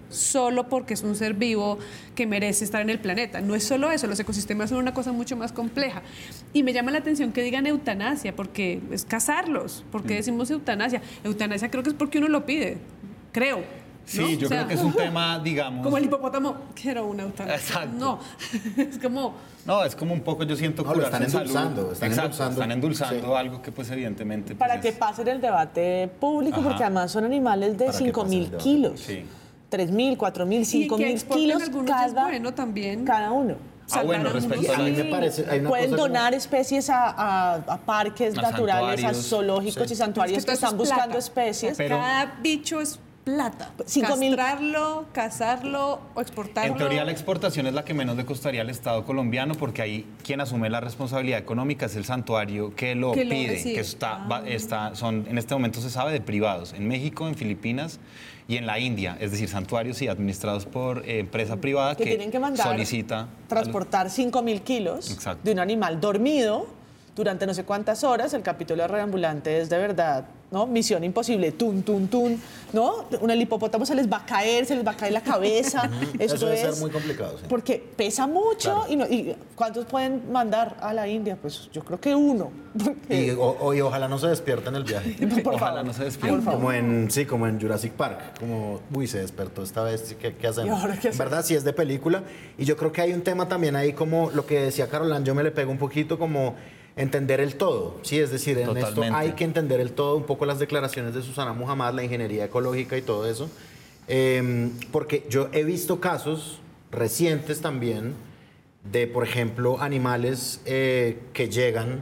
solo porque es un ser vivo que merece estar en el planeta. No es solo eso, los ecosistemas son una cosa mucho más compleja. Y me llama la atención que digan eutanasia, porque es cazarlos. ¿Por qué decimos eutanasia? Eutanasia creo que es porque uno lo pide, creo. Sí, ¿no? yo O sea, creo que es un tema, digamos... Como el hipopótamo, quiero una eutanasia. Exacto. No, es como... No, es como un poco, yo siento, No, lo curarse están en endulzando, salud. están Exacto, endulzando. están endulzando Sí. algo que pues evidentemente... Para pues, que es- pase en el debate público, Ajá. porque además son animales de Para que cinco pase en el mil debate kilos. Sí. tres mil, cuatro mil, cinco que mil exporten kilos algunos es cada, bueno también. cada uno. Ah, bueno, Salvar respecto algunos, a A mí la- me parece, hay una Pueden cosa como- donar especies a, a- a parques A naturales, a santuarios, zoológicos sí. y santuarios Es que que, todo eso están es buscando plata. especies. Pero- Cada bicho es plata. Cinco mil- Castrarlo, cazarlo o exportarlo. En teoría la exportación es la que menos le costaría al Estado colombiano porque ahí quien asume la responsabilidad económica es el santuario que lo Que lo pide, recibe. que está, Ah. va- está, son, en este momento se sabe de privados, en México, en Filipinas y en la India, es decir, santuarios sí, administrados por eh, empresa privada que que, tienen que mandar, solicita... transportar cinco mil kilos Exacto. de un animal dormido durante no sé cuántas horas. El capítulo de Reambulante es de verdad, ¿no? Misión imposible, tun, tun, tun, ¿no? Un el hipopótamo se les va a caer, se les va a caer la cabeza. Esto Eso debe es ser muy complicado, sí. porque pesa mucho. Claro. y, no- y ¿cuántos pueden mandar a la India? Pues yo creo que uno. porque- Y, o- o- y ojalá no se despierten el viaje. por Ojalá favor. no se despierten. Como en, sí, como en Jurassic Park, como, uy, se despertó esta vez, ¿qué, qué hacemos? ¿Y ahora qué En verdad, sí es de película. Y yo creo que hay un tema también ahí como lo que decía Caroline, yo me le pego un poquito como entender el todo, ¿sí? Es decir, en esto Totalmente. hay que entender el todo, un poco las declaraciones de Susana Muhammad, la ingeniería ecológica y todo eso. Eh, porque yo he visto casos recientes también de, por ejemplo, animales eh, que llegan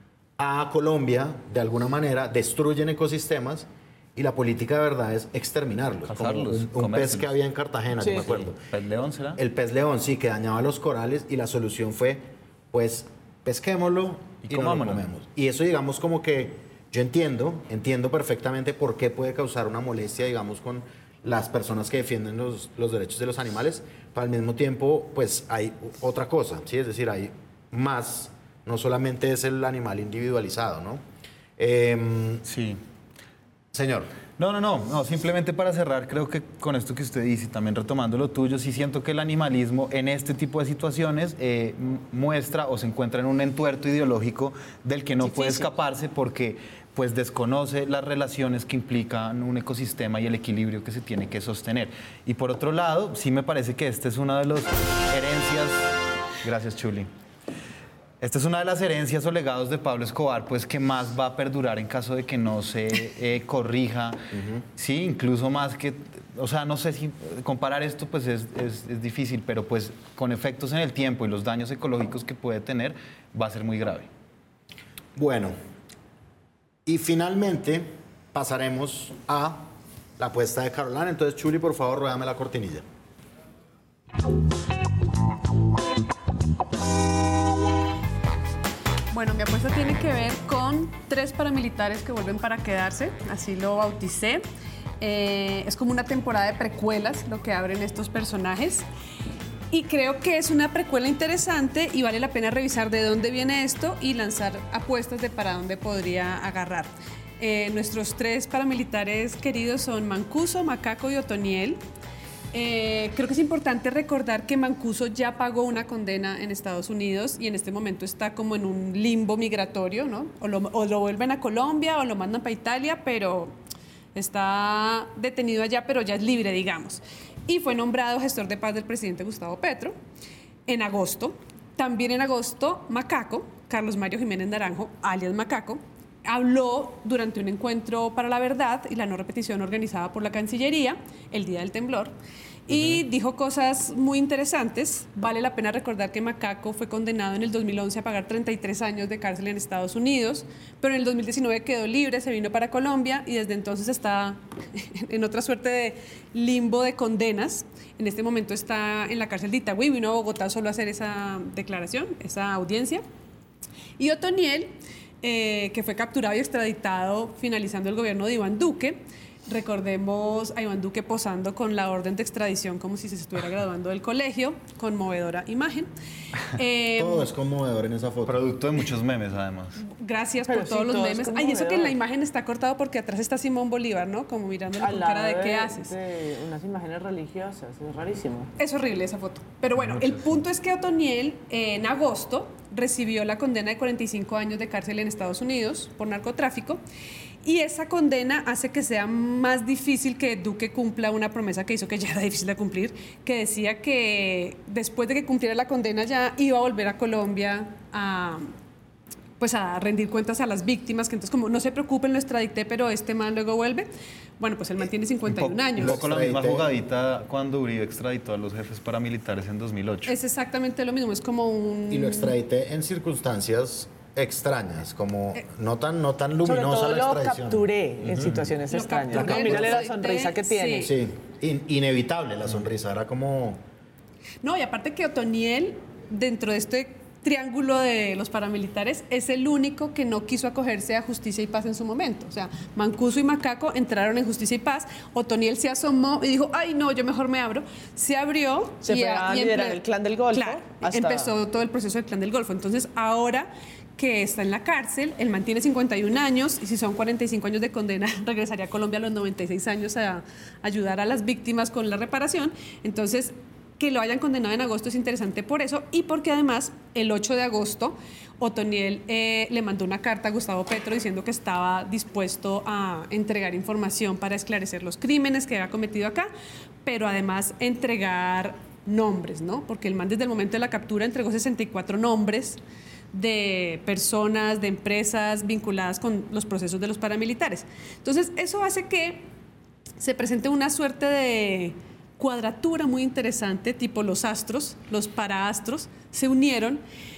a Colombia, de alguna manera, destruyen ecosistemas y la política de verdad es exterminarlos. Como Cazarlos, un, un pez comérselos. que había en Cartagena, Sí, yo me sí. acuerdo. ¿Pez león será? El pez león, sí, que dañaba los corales y la solución fue, pues, pesquémoslo Y y, no lo comámonos. comemos. Y eso, digamos, como que yo entiendo, entiendo perfectamente por qué puede causar una molestia, digamos, con las personas que defienden los, los derechos de los animales, pero al mismo tiempo, pues, hay otra cosa, ¿sí? Es decir, hay más, no solamente es el animal individualizado, ¿no? Em, Sí. señor. No, no, no, no, simplemente para cerrar, creo que con esto que usted dice y también retomando lo tuyo, sí siento que el animalismo en este tipo de situaciones eh, m- muestra o se encuentra en un entuerto ideológico del que no puede Difícil. escaparse porque pues desconoce las relaciones que implican un ecosistema y el equilibrio que se tiene que sostener. Y por otro lado, sí me parece que esta es una de las herencias... Gracias, Chuli. Esta es una de las herencias o legados de Pablo Escobar, pues que más va a perdurar en caso de que no se eh, corrija. Sí, incluso más que, o sea, no sé si comparar esto pues es, es- es difícil, pero pues con efectos en el tiempo y los daños ecológicos que puede tener, va a ser muy grave. Bueno, y finalmente pasaremos a la apuesta de Carolina. Entonces, Chuli, por favor, ruédame la cortinilla. Bueno, mi apuesta tiene que ver con tres paramilitares que vuelven para quedarse, así lo bauticé. Eh, es como una temporada de precuelas lo que abren estos personajes. Y creo que es una precuela interesante y vale la pena revisar de dónde viene esto y lanzar apuestas de para dónde podría agarrar. Eh, nuestros tres paramilitares queridos son Mancuso, Macaco y Otoniel. Eh, creo que es importante recordar que Mancuso ya pagó una condena en Estados Unidos y en este momento está como en un limbo migratorio, ¿no? O lo, o lo vuelven a Colombia o lo mandan para Italia, pero está detenido allá, pero ya es libre, digamos. Y fue nombrado gestor de paz del presidente Gustavo Petro en agosto. También en agosto, Macaco, Carlos Mario Jiménez Naranjo, alias Macaco, habló durante un encuentro para la verdad y la no repetición organizada por la Cancillería el día del temblor y dijo cosas muy interesantes. Vale la pena recordar que Macaco fue condenado en el dos mil once a pagar treinta y tres años de cárcel en Estados Unidos, pero en el dos mil diecinueve quedó libre, se vino para Colombia y desde entonces está en otra suerte de limbo de condenas. En este momento está en la cárcel de Itagüí, vino a Bogotá solo a hacer esa declaración, esa audiencia. Y Otoniel, eh, que fue capturado y extraditado finalizando el gobierno de Iván Duque, Recordemos a Iván Duque posando con la orden de extradición como si se estuviera graduando del colegio, conmovedora imagen. Eh, Todo es conmovedor en esa foto. Producto de muchos memes, además. Gracias Pero por sí, todos los todo es memes. Ay, eso que en la conmovedor. imagen está cortado porque atrás está Simón Bolívar, ¿no? Como mirándole Al con lado cara de, de, ¿qué haces? de unas imágenes religiosas, es rarísimo. Es horrible esa foto. Pero bueno, el punto es que Otoniel eh, en agosto recibió la condena de cuarenta y cinco años de cárcel en Estados Unidos por narcotráfico. Y esa condena hace que sea más difícil que Duque cumpla una promesa que hizo, que ya era difícil de cumplir, que decía que después de que cumpliera la condena ya iba a volver a Colombia a, pues a rendir cuentas a las víctimas, que entonces como no se preocupen, lo extradité, pero este man luego vuelve. Bueno, pues él mantiene cincuenta y un Un poco- años. Un poco la misma Extradité. jugadita cuando Uribe extraditó a los jefes paramilitares en dos mil ocho. Es exactamente lo mismo, es como un... Y lo extradité en circunstancias extrañas, como no tan, no tan Sobre luminosa todo la lo extradición. capturé en situaciones Lo extrañas. capturé, No, mírale lo la sonrisa que extradité, tiene. sí. Sí, in- inevitable la sonrisa, era como... No, y aparte que Otoniel, dentro de este triángulo de los paramilitares, es el único que no quiso acogerse a Justicia y Paz en su momento. O sea, Mancuso y Macaco entraron en Justicia y Paz, Otoniel se asomó y dijo, ay no, yo mejor me abro. Se abrió Se y, fue a y liderar emple- el Clan del Golfo Claro, hasta- empezó todo el proceso del Clan del Golfo. Entonces, ahora que está en la cárcel, él mantiene cincuenta y un años y si son cuarenta y cinco años de condena, regresaría a Colombia a los noventa y seis años a ayudar a las víctimas con la reparación. Entonces, que lo hayan condenado en agosto es interesante por eso y porque además el ocho de agosto Otoniel eh, le mandó una carta a Gustavo Petro diciendo que estaba dispuesto a entregar información para esclarecer los crímenes que había cometido acá, pero además entregar nombres, ¿no? Porque el man desde el momento de la captura entregó sesenta y cuatro nombres de personas, de empresas vinculadas con los procesos de los paramilitares. Entonces, eso hace que se presente una suerte de cuadratura muy interesante, tipo los astros, los paraastros, se unieron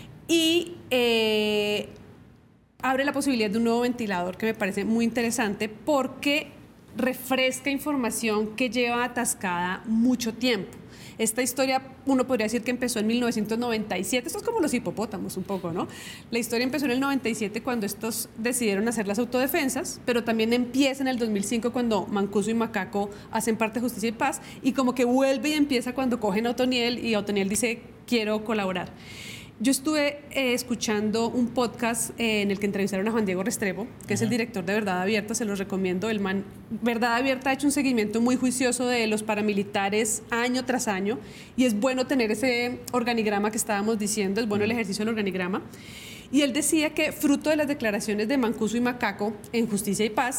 y eh, abre la posibilidad de un nuevo ventilador que me parece muy interesante porque refresca información que lleva atascada mucho tiempo. Esta historia, uno podría decir que empezó en mil novecientos noventa y siete, esto es como los hipopótamos un poco, ¿no? La historia empezó en el noventa y siete cuando estos decidieron hacer las autodefensas, pero también empieza en el dos mil cinco cuando Mancuso y Macaco hacen parte de Justicia y Paz, y como que vuelve y empieza cuando cogen a Otoniel y Otoniel dice, quiero colaborar. Yo estuve eh, escuchando un podcast eh, en el que entrevistaron a Juan Diego Restrepo, que es el director de Verdad Abierta, se los recomiendo. El man, Verdad Abierta ha hecho un seguimiento muy juicioso de los paramilitares año tras año y es bueno tener ese organigrama que estábamos diciendo, es bueno el ejercicio del organigrama. Y él decía que fruto de las declaraciones de Mancuso y Macaco en Justicia y Paz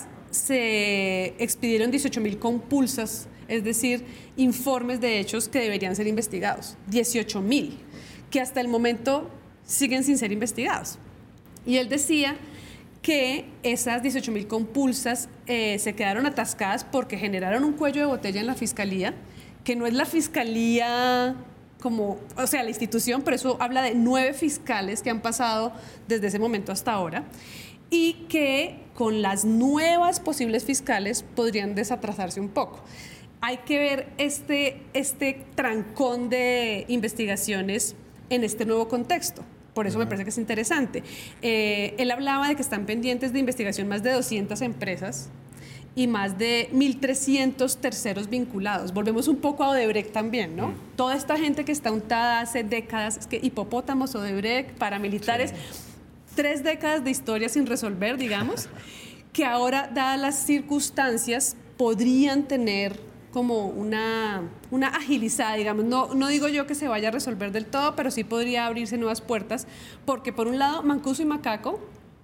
se expidieron dieciocho mil compulsas, es decir, informes de hechos que deberían ser investigados, dieciocho mil. Que hasta el momento siguen sin ser investigados. Y él decía que esas dieciocho mil compulsas eh, se quedaron atascadas porque generaron un cuello de botella en la fiscalía, que no es la fiscalía como, o sea, la institución, pero eso habla de nueve fiscales que han pasado desde ese momento hasta ahora, y que con las nuevas posibles fiscales podrían desatrasarse un poco. Hay que ver este, este trancón de investigaciones en este nuevo contexto. Por eso me parece que es interesante. Eh, él hablaba de que están pendientes de investigación más de doscientas empresas y más de mil trescientos terceros vinculados. Volvemos un poco a Odebrecht también, ¿no? Mm. Toda esta gente que está untada hace décadas, es que hipopótamos, Odebrecht, paramilitares, sí. Tres décadas de historia sin resolver, digamos, que ahora, dadas las circunstancias, podrían tener como una, una agilizada, digamos. No, no digo yo que se vaya a resolver del todo, pero sí podría abrirse nuevas puertas, porque por un lado, Mancuso y Macaco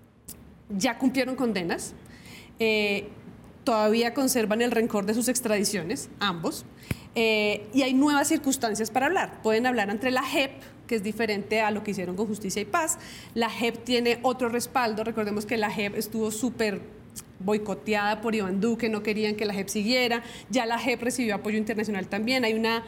ya cumplieron condenas, eh, todavía conservan el rencor de sus extradiciones, ambos, eh, y hay nuevas circunstancias para hablar. Pueden hablar entre la J E P, que es diferente a lo que hicieron con Justicia y Paz. La J E P tiene otro respaldo, recordemos que la J E P estuvo súper boicoteada por Iván Duque, no querían que la J E P siguiera, ya la J E P recibió apoyo internacional también, hay una,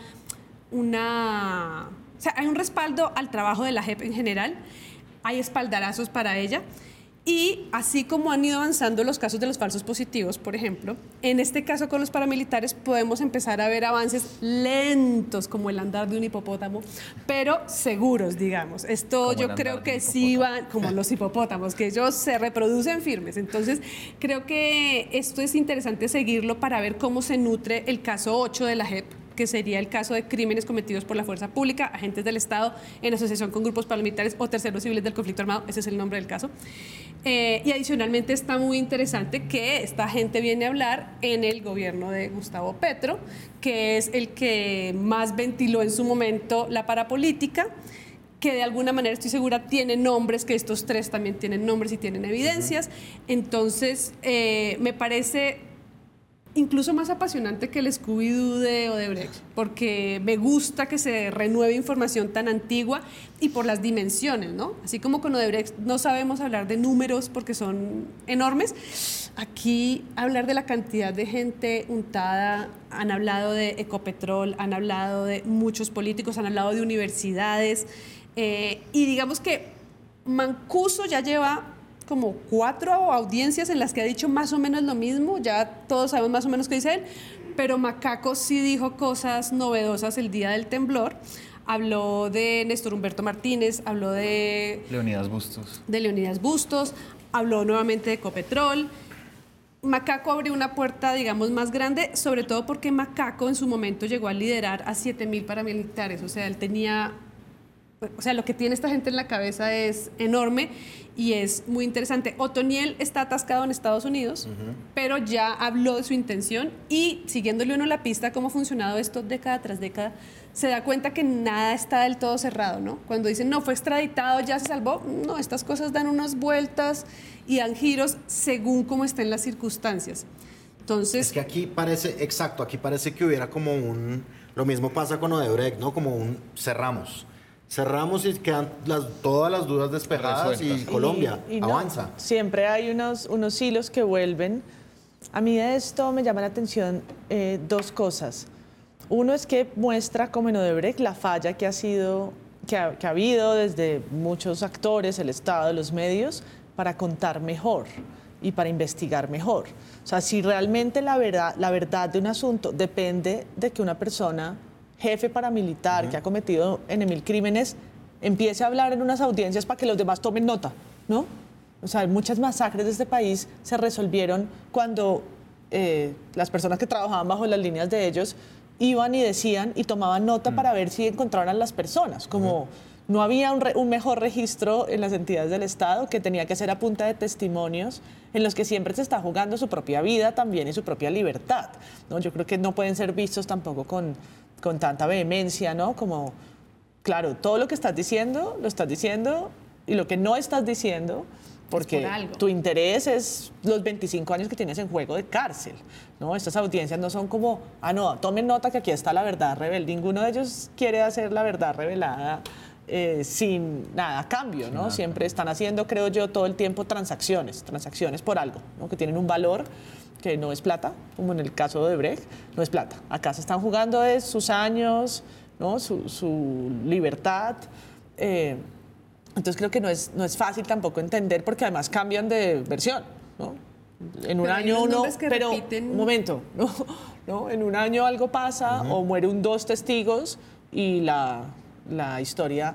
una, o sea, hay un respaldo al trabajo de la J E P en general, hay espaldarazos para ella, Y así como han ido avanzando los casos de los falsos positivos, por ejemplo, en este caso con los paramilitares podemos empezar a ver avances lentos como el andar de un hipopótamo, pero seguros, digamos. Esto Como yo el creo andar de que un sí van, como los hipopótamos, que ellos se reproducen firmes. Entonces, creo que esto es interesante seguirlo para ver cómo se nutre el caso ocho de la J E P, que sería el caso de crímenes cometidos por la fuerza pública, agentes del Estado, en asociación con grupos paramilitares o terceros civiles del conflicto armado, ese es el nombre del caso. Eh, y adicionalmente está muy interesante que esta gente viene a hablar en el gobierno de Gustavo Petro, que es el que más ventiló en su momento la parapolítica, que de alguna manera estoy segura tiene nombres, que estos tres también tienen nombres y tienen evidencias. Entonces, eh, me parece incluso más apasionante que el Scooby-Doo de Odebrecht, porque me gusta que se renueve información tan antigua y por las dimensiones, ¿no? Así como con Odebrecht no sabemos hablar de números porque son enormes, aquí hablar de la cantidad de gente untada, han hablado de Ecopetrol, han hablado de muchos políticos, han hablado de universidades, eh, y digamos que Mancuso ya lleva como cuatro audiencias en las que ha dicho más o menos lo mismo, ya todos sabemos más o menos qué dice él, pero Macaco sí dijo cosas novedosas el día del temblor. Habló de Néstor Humberto Martínez, habló de Leonidas Bustos. de Leonidas Bustos, habló nuevamente de Ecopetrol. Macaco abrió una puerta, digamos, más grande, sobre todo porque Macaco en su momento llegó a liderar a siete mil paramilitares, o sea, él tenía... O sea, lo que tiene esta gente en la cabeza es enorme y es muy interesante. Otoniel está atascado en Estados Unidos, uh-huh. pero ya habló de su intención y siguiéndole uno la pista cómo ha funcionado esto década tras década, se da cuenta que nada está del todo cerrado, ¿no? Cuando dicen, no, fue extraditado, ya se salvó, no, estas cosas dan unas vueltas y dan giros según cómo estén las circunstancias. Entonces... Es que aquí parece, exacto, aquí parece que hubiera como un... Lo mismo pasa con Odebrecht, ¿no? Como un cerramos. Cerramos y quedan las, todas las dudas despejadas y Colombia y, y no, avanza. Siempre hay unos, unos hilos que vuelven. A mí de esto me llama la atención eh, dos cosas. Uno es que muestra como en Odebrecht la falla que ha, sido, que ha, que ha habido desde muchos actores, el Estado, los medios, para contar mejor y para investigar mejor. O sea, si realmente la verdad, la verdad de un asunto depende de que una persona... jefe paramilitar uh-huh. que ha cometido en mil crímenes, empiece a hablar en unas audiencias para que los demás tomen nota, ¿no? O sea, muchas masacres de este país se resolvieron cuando eh, las personas que trabajaban bajo las líneas de ellos iban y decían y tomaban nota uh-huh. para ver si encontraban a las personas, como... Uh-huh. No había un, re, un mejor registro en las entidades del Estado, que tenía que ser a punta de testimonios en los que siempre se está jugando su propia vida también y su propia libertad, ¿no? Yo creo que no pueden ser vistos tampoco con, con tanta vehemencia, ¿no? Como, claro, todo lo que estás diciendo, lo estás diciendo, y lo que no estás diciendo, porque por tu interés es los veinticinco años que tienes en juego de cárcel, ¿no? Estas audiencias no son como, ah, no, tomen nota que aquí está la verdad revelada. Ninguno de ellos quiere hacer la verdad revelada Eh, sin nada a cambio, ¿no? Siempre están haciendo, creo yo, todo el tiempo transacciones, transacciones por algo, ¿no? Que tienen un valor que no es plata, como en el caso de Odebrecht, no es plata. Acá se están jugando de sus años, ¿no? Su, su libertad. Eh, entonces creo que no es, no es fácil tampoco entender, porque además cambian de versión, ¿no? En un pero año uno, pero repiten... un momento, ¿no? ¿no? En un año algo pasa uh-huh. o mueren dos testigos y la la historia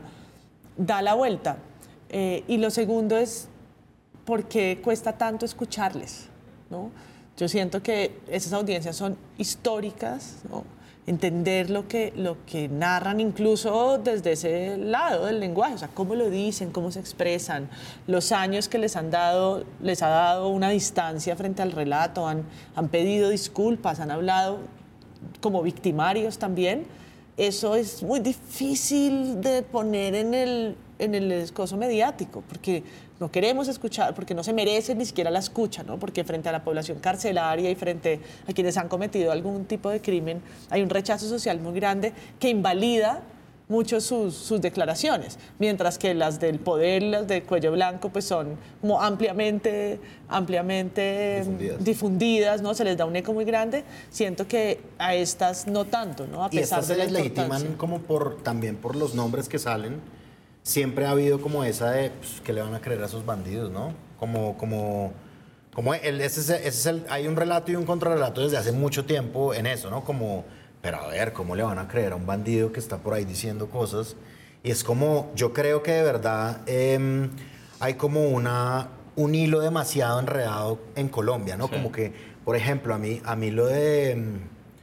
da la vuelta. Eh, y lo segundo es por qué cuesta tanto escucharles, ¿no? Yo siento que esas audiencias son históricas, ¿no? Entender lo que, lo que narran incluso desde ese lado del lenguaje, o sea, cómo lo dicen, cómo se expresan, los años que les han dado, les ha dado una distancia frente al relato, han, han pedido disculpas, han hablado como victimarios también. Eso es muy difícil de poner en el, en el escozo mediático, porque no queremos escuchar, porque no se merece ni siquiera la escucha, ¿no? Porque frente a la población carcelaria y frente a quienes han cometido algún tipo de crimen, hay un rechazo social muy grande que invalida mucho sus, sus declaraciones, mientras que las del poder, las del cuello blanco, pues son como ampliamente, ampliamente difundidas. difundidas, ¿no? Se les da un eco muy grande. Siento que a estas no tanto, ¿no? A pesar y estas de se la les legitiman importancia. como por, también por los nombres que salen. Siempre ha habido como esa de, pues, que le van a creer a esos bandidos, ¿no? como, como, como el, ese, es- ese es el, hay un relato y un contrarrelato desde hace mucho tiempo en eso, ¿no? Como, pero a ver, ¿cómo le van a creer a un bandido que está por ahí diciendo cosas? Y es como, yo creo que de verdad eh, hay como una, un hilo demasiado enredado en Colombia, ¿no? Sí. Como que, por ejemplo, a mí, a mí lo de... mm,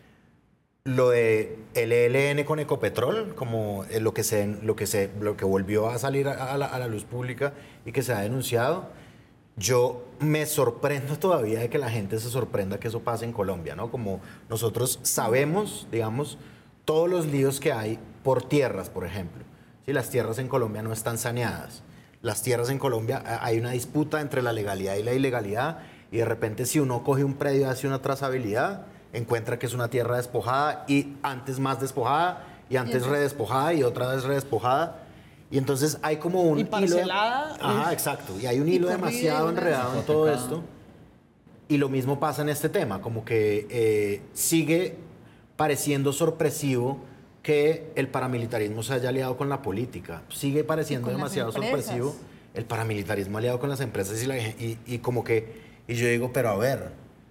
lo de el E L N con Ecopetrol, como eh, lo que se, lo que se, lo que volvió a salir a, a la, a la luz pública y que se ha denunciado, yo me sorprendo todavía de que la gente se sorprenda que eso pase en Colombia, ¿no? Como nosotros sabemos, digamos, todos los líos que hay por tierras, por ejemplo. Si las tierras en Colombia no están saneadas, las tierras en Colombia eh, hay una disputa entre la legalidad y la ilegalidad y de repente si uno coge un predio y hace una trazabilidad, encuentra que es una tierra despojada y antes más despojada y antes redespojada y otra vez redespojada. Y entonces hay como un Y hilo... parcelada. Ajá, exacto. Y hay un Y hilo corrida, demasiado una enredado en todo esto. Y lo mismo pasa en este tema, como que eh, sigue pareciendo sorpresivo que el paramilitarismo se haya aliado con la política. Sigue pareciendo Y con las demasiado empresas. sorpresivo el paramilitarismo aliado con las empresas y, la, y, y como que... Y yo digo, pero a ver,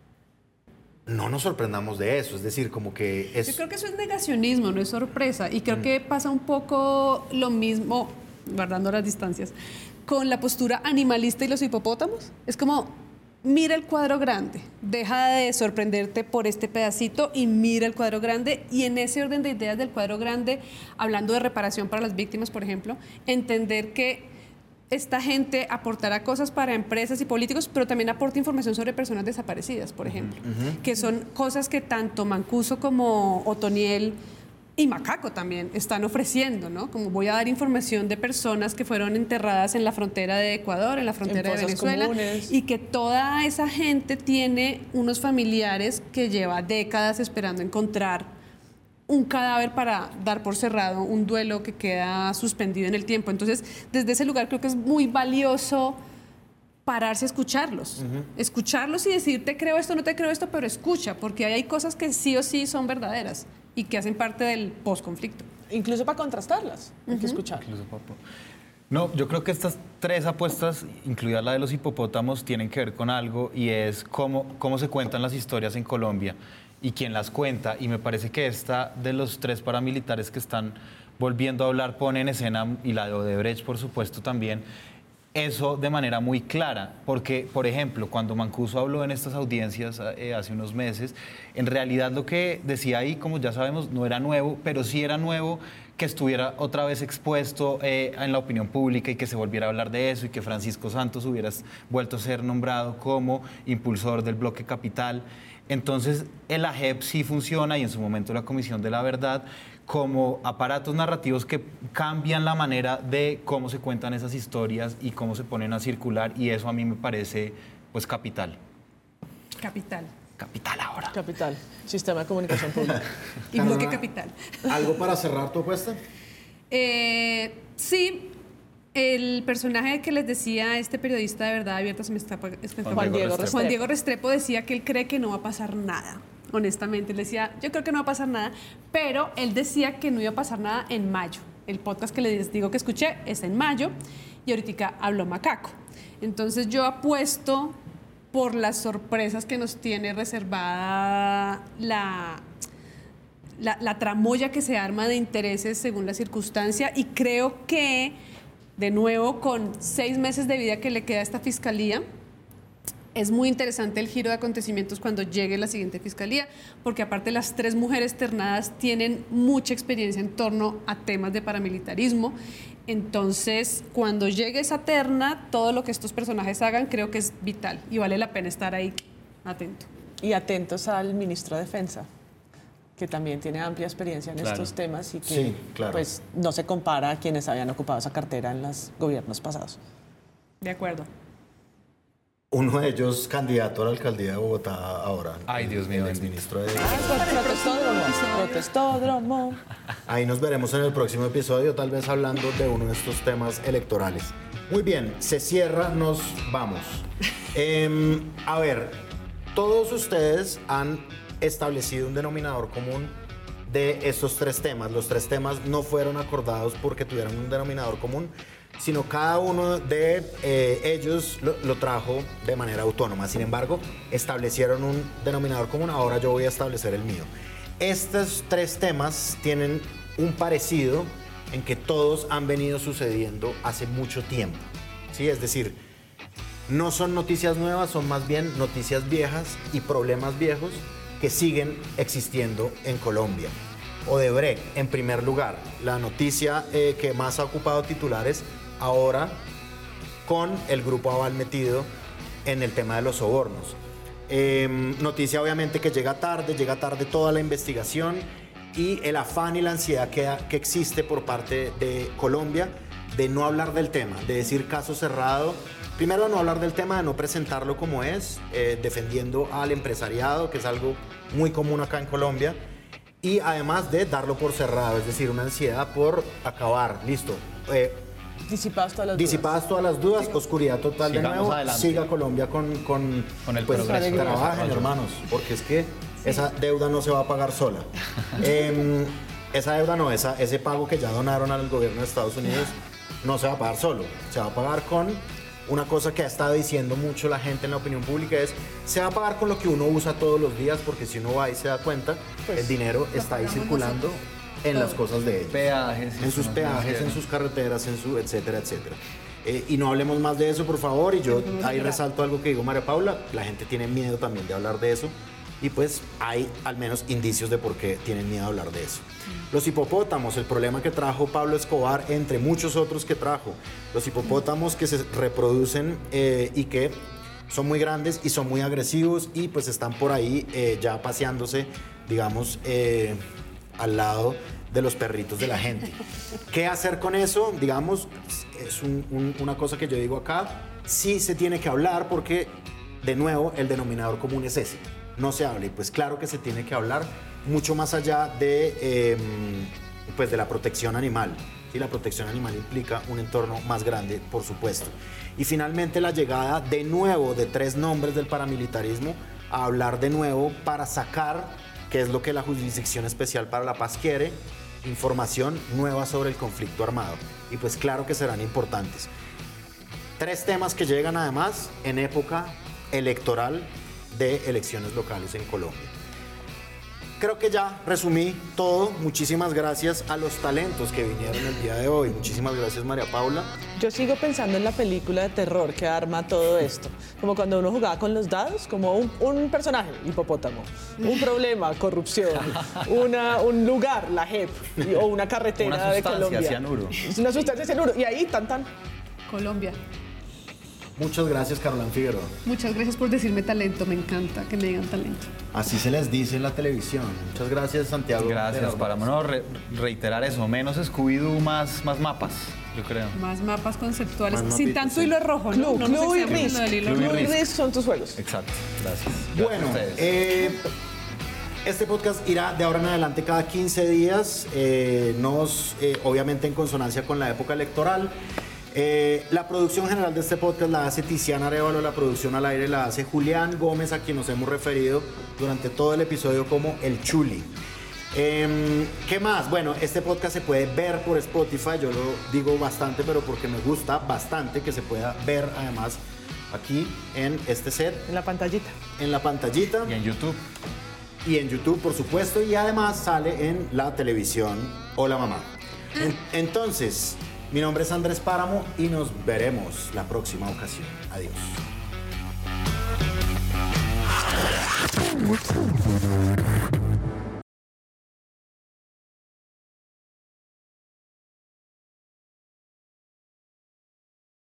no nos sorprendamos de eso. Es decir, como que es... Yo creo que eso es negacionismo, no es sorpresa. Y creo que pasa un poco lo mismo, guardando las distancias, con la postura animalista y los hipopótamos. Es como, mira el cuadro grande, deja de sorprenderte por este pedacito y mira el cuadro grande. Y en ese orden de ideas del cuadro grande, hablando de reparación para las víctimas, por ejemplo, entender que esta gente aportará cosas para empresas y políticos, pero también aporta información sobre personas desaparecidas, por ejemplo, que son cosas que tanto Mancuso como Otoniel y Macaco también están ofreciendo, ¿no? Como voy a dar información de personas que fueron enterradas en la frontera de Ecuador, en la frontera de fosas Venezuela, comunes. y que toda esa gente tiene unos familiares que lleva décadas esperando encontrar un cadáver para dar por cerrado un duelo que queda suspendido en el tiempo. Entonces, desde ese lugar creo que es muy valioso pararse a escucharlos. Escucharlos y decir, te creo esto, no te creo esto, pero escucha, porque ahí hay cosas que sí o sí son verdaderas y que hacen parte del posconflicto. Incluso para contrastarlas, hay que escuchar. Incluso Papo. No, yo creo que estas tres apuestas, incluida la de los hipopótamos, tienen que ver con algo y es cómo, cómo se cuentan las historias en Colombia y quién las cuenta. Y me parece que esta de los tres paramilitares que están volviendo a hablar pone en escena, y la de Odebrecht, por supuesto, también, eso de manera muy clara, porque, por ejemplo, cuando Mancuso habló en estas audiencias eh, hace unos meses, en realidad lo que decía ahí, como ya sabemos, no era nuevo, pero sí era nuevo que estuviera otra vez expuesto eh, en la opinión pública y que se volviera a hablar de eso y que Francisco Santos hubiera vuelto a ser nombrado como impulsor del bloque Capital. Entonces, el A J E P sí funciona y en su momento la Comisión de la Verdad como aparatos narrativos que cambian la manera de cómo se cuentan esas historias y cómo se ponen a circular, y eso a mí me parece pues capital. Capital. Capital ahora. Capital, sistema de comunicación pública. Y bloque capital. ¿Algo para cerrar tu apuesta? Eh, sí, el personaje que les decía, este periodista de Verdad Abierta, se me está pa- es que Juan Juan Diego Diego Restrepo. Restrepo. Juan Diego Restrepo decía que él cree que no va a pasar nada. Honestamente, él decía, yo creo que no va a pasar nada, pero él decía que no iba a pasar nada en mayo. El podcast que les digo que escuché es en mayo y ahorita habló Macaco. Entonces yo apuesto por las sorpresas que nos tiene reservada la, la, la tramoya que se arma de intereses según la circunstancia, y creo que, de nuevo, con seis meses de vida que le queda a esta fiscalía, es muy interesante el giro de acontecimientos cuando llegue la siguiente fiscalía, porque aparte las tres mujeres ternadas tienen mucha experiencia en torno a temas de paramilitarismo. Entonces, cuando llegue esa terna, todo lo que estos personajes hagan creo que es vital y vale la pena estar ahí atento. Y atentos al ministro de Defensa, que también tiene amplia experiencia en Claro. estos temas y que Sí, claro. pues, no se compara a quienes habían ocupado esa cartera en los gobiernos pasados. De acuerdo. Uno de ellos candidato a la alcaldía de Bogotá ahora. Ay, Dios mío, El bendito. exministro de... Protestódromo. Protestódromo. Ahí nos veremos en el próximo episodio, tal vez hablando de uno de estos temas electorales. Muy bien, se cierra, nos vamos. Em, a ver, todos ustedes han establecido un denominador común de estos tres temas. Los tres temas no fueron acordados porque tuvieran un denominador común, sino cada uno de eh, ellos lo, lo trajo de manera autónoma. Sin embargo, establecieron un denominador común, ahora yo voy a establecer el mío. Estos tres temas tienen un parecido en que todos han venido sucediendo hace mucho tiempo, ¿sí? Es decir, no son noticias nuevas, son más bien noticias viejas y problemas viejos que siguen existiendo en Colombia. Odebrecht, en primer lugar, la noticia eh, que más ha ocupado titulares ahora con el Grupo Aval metido en el tema de los sobornos. Eh, noticia obviamente que llega tarde, llega tarde toda la investigación y el afán y la ansiedad que, que existe por parte de Colombia de no hablar del tema, de decir caso cerrado. Primero, no hablar del tema, de no presentarlo como es, eh, defendiendo al empresariado, que es algo muy común acá en Colombia, y además de darlo por cerrado, es decir, una ansiedad por acabar, listo. Eh, Disipadas todas las Disipadas dudas. todas las dudas, oscuridad total de Sigamos nuevo, adelante. siga Colombia con, con, Con el pues, progreso. trabajen, hermanos, porque es que esa deuda no se va a pagar sola. Eh, esa deuda no, esa, ese pago que ya donaron al gobierno de Estados Unidos no se va a pagar solo, se va a pagar con una cosa que ha estado diciendo mucho la gente en la opinión pública, es se va a pagar con lo que uno usa todos los días, porque si uno va y se da cuenta, Pues, el dinero está ahí circulando en las cosas de ellos. Peajes. En sus peajes, en sus carreteras, en su etcétera, etcétera. Eh, y no hablemos más de eso, por favor. Y yo ahí resalto algo que digo María Paula, la gente tiene miedo también de hablar de eso. Y pues hay al menos indicios de por qué tienen miedo de hablar de eso. Los hipopótamos, el problema que trajo Pablo Escobar, entre muchos otros que trajo. Los hipopótamos que se reproducen eh, y que son muy grandes y son muy agresivos y pues están por ahí eh, ya paseándose, digamos, eh, al lado de los perritos de la gente. ¿Qué hacer con eso? Digamos, es un- un- una cosa que yo digo acá, sí se tiene que hablar porque, de nuevo, el denominador común es ese, no se habla. Y pues claro que se tiene que hablar mucho más allá de, eh, pues de la protección animal. ¿Sí? La protección animal implica un entorno más grande, por supuesto. Y finalmente la llegada de nuevo de tres nombres del paramilitarismo a hablar de nuevo para sacar, que es lo que la Jurisdicción Especial para la Paz quiere, información nueva sobre el conflicto armado. Y pues claro que serán importantes. Tres temas que llegan además en época electoral de elecciones locales en Colombia. Creo que ya resumí todo. Muchísimas gracias a los talentos que vinieron el día de hoy. Muchísimas gracias, María Paula. Yo sigo pensando en la película de terror que arma todo esto. Como cuando uno jugaba con los dados, como un, un personaje, hipopótamo, un problema, corrupción, una, un lugar, la J E P, y- o una carretera Una de sustancia, Colombia. cianuro. Es una sustancia cianuro. Y ahí, tan, tan. Colombia. Muchas gracias, Carolán Figueroa. Muchas gracias por decirme talento, me encanta que me digan talento. Así se les dice en la televisión. Muchas gracias, Santiago. Gracias, para no, re- reiterar eso, menos Scooby-Doo, más, más mapas, yo creo. Más mapas conceptuales, Más sin mapitas, tanto sí. hilo rojo, ¿no? Club, No nos Club y excedamos en Risk. lo del hilo Club y rojo. Club y Risk. Risk son tus juegos. Exacto, gracias. Gracias Bueno, a ustedes. eh, este podcast irá de ahora en adelante cada quince días, eh, nos, eh, obviamente en consonancia con la época electoral. Eh, la producción general de este podcast la hace Tiziana Arévalo, la producción al aire la hace Julián Gómez, a quien nos hemos referido durante todo el episodio como el Chuli. Eh, ¿Qué más? Bueno, este podcast se puede ver por Spotify, yo lo digo bastante, pero porque me gusta bastante que se pueda ver además aquí en este set, En la pantallita. en la pantallita Y en YouTube. y en YouTube, por supuesto, y además sale en la televisión Hola Mamá. En- entonces, mi nombre es Andrés Páramo y nos veremos la próxima ocasión. Adiós.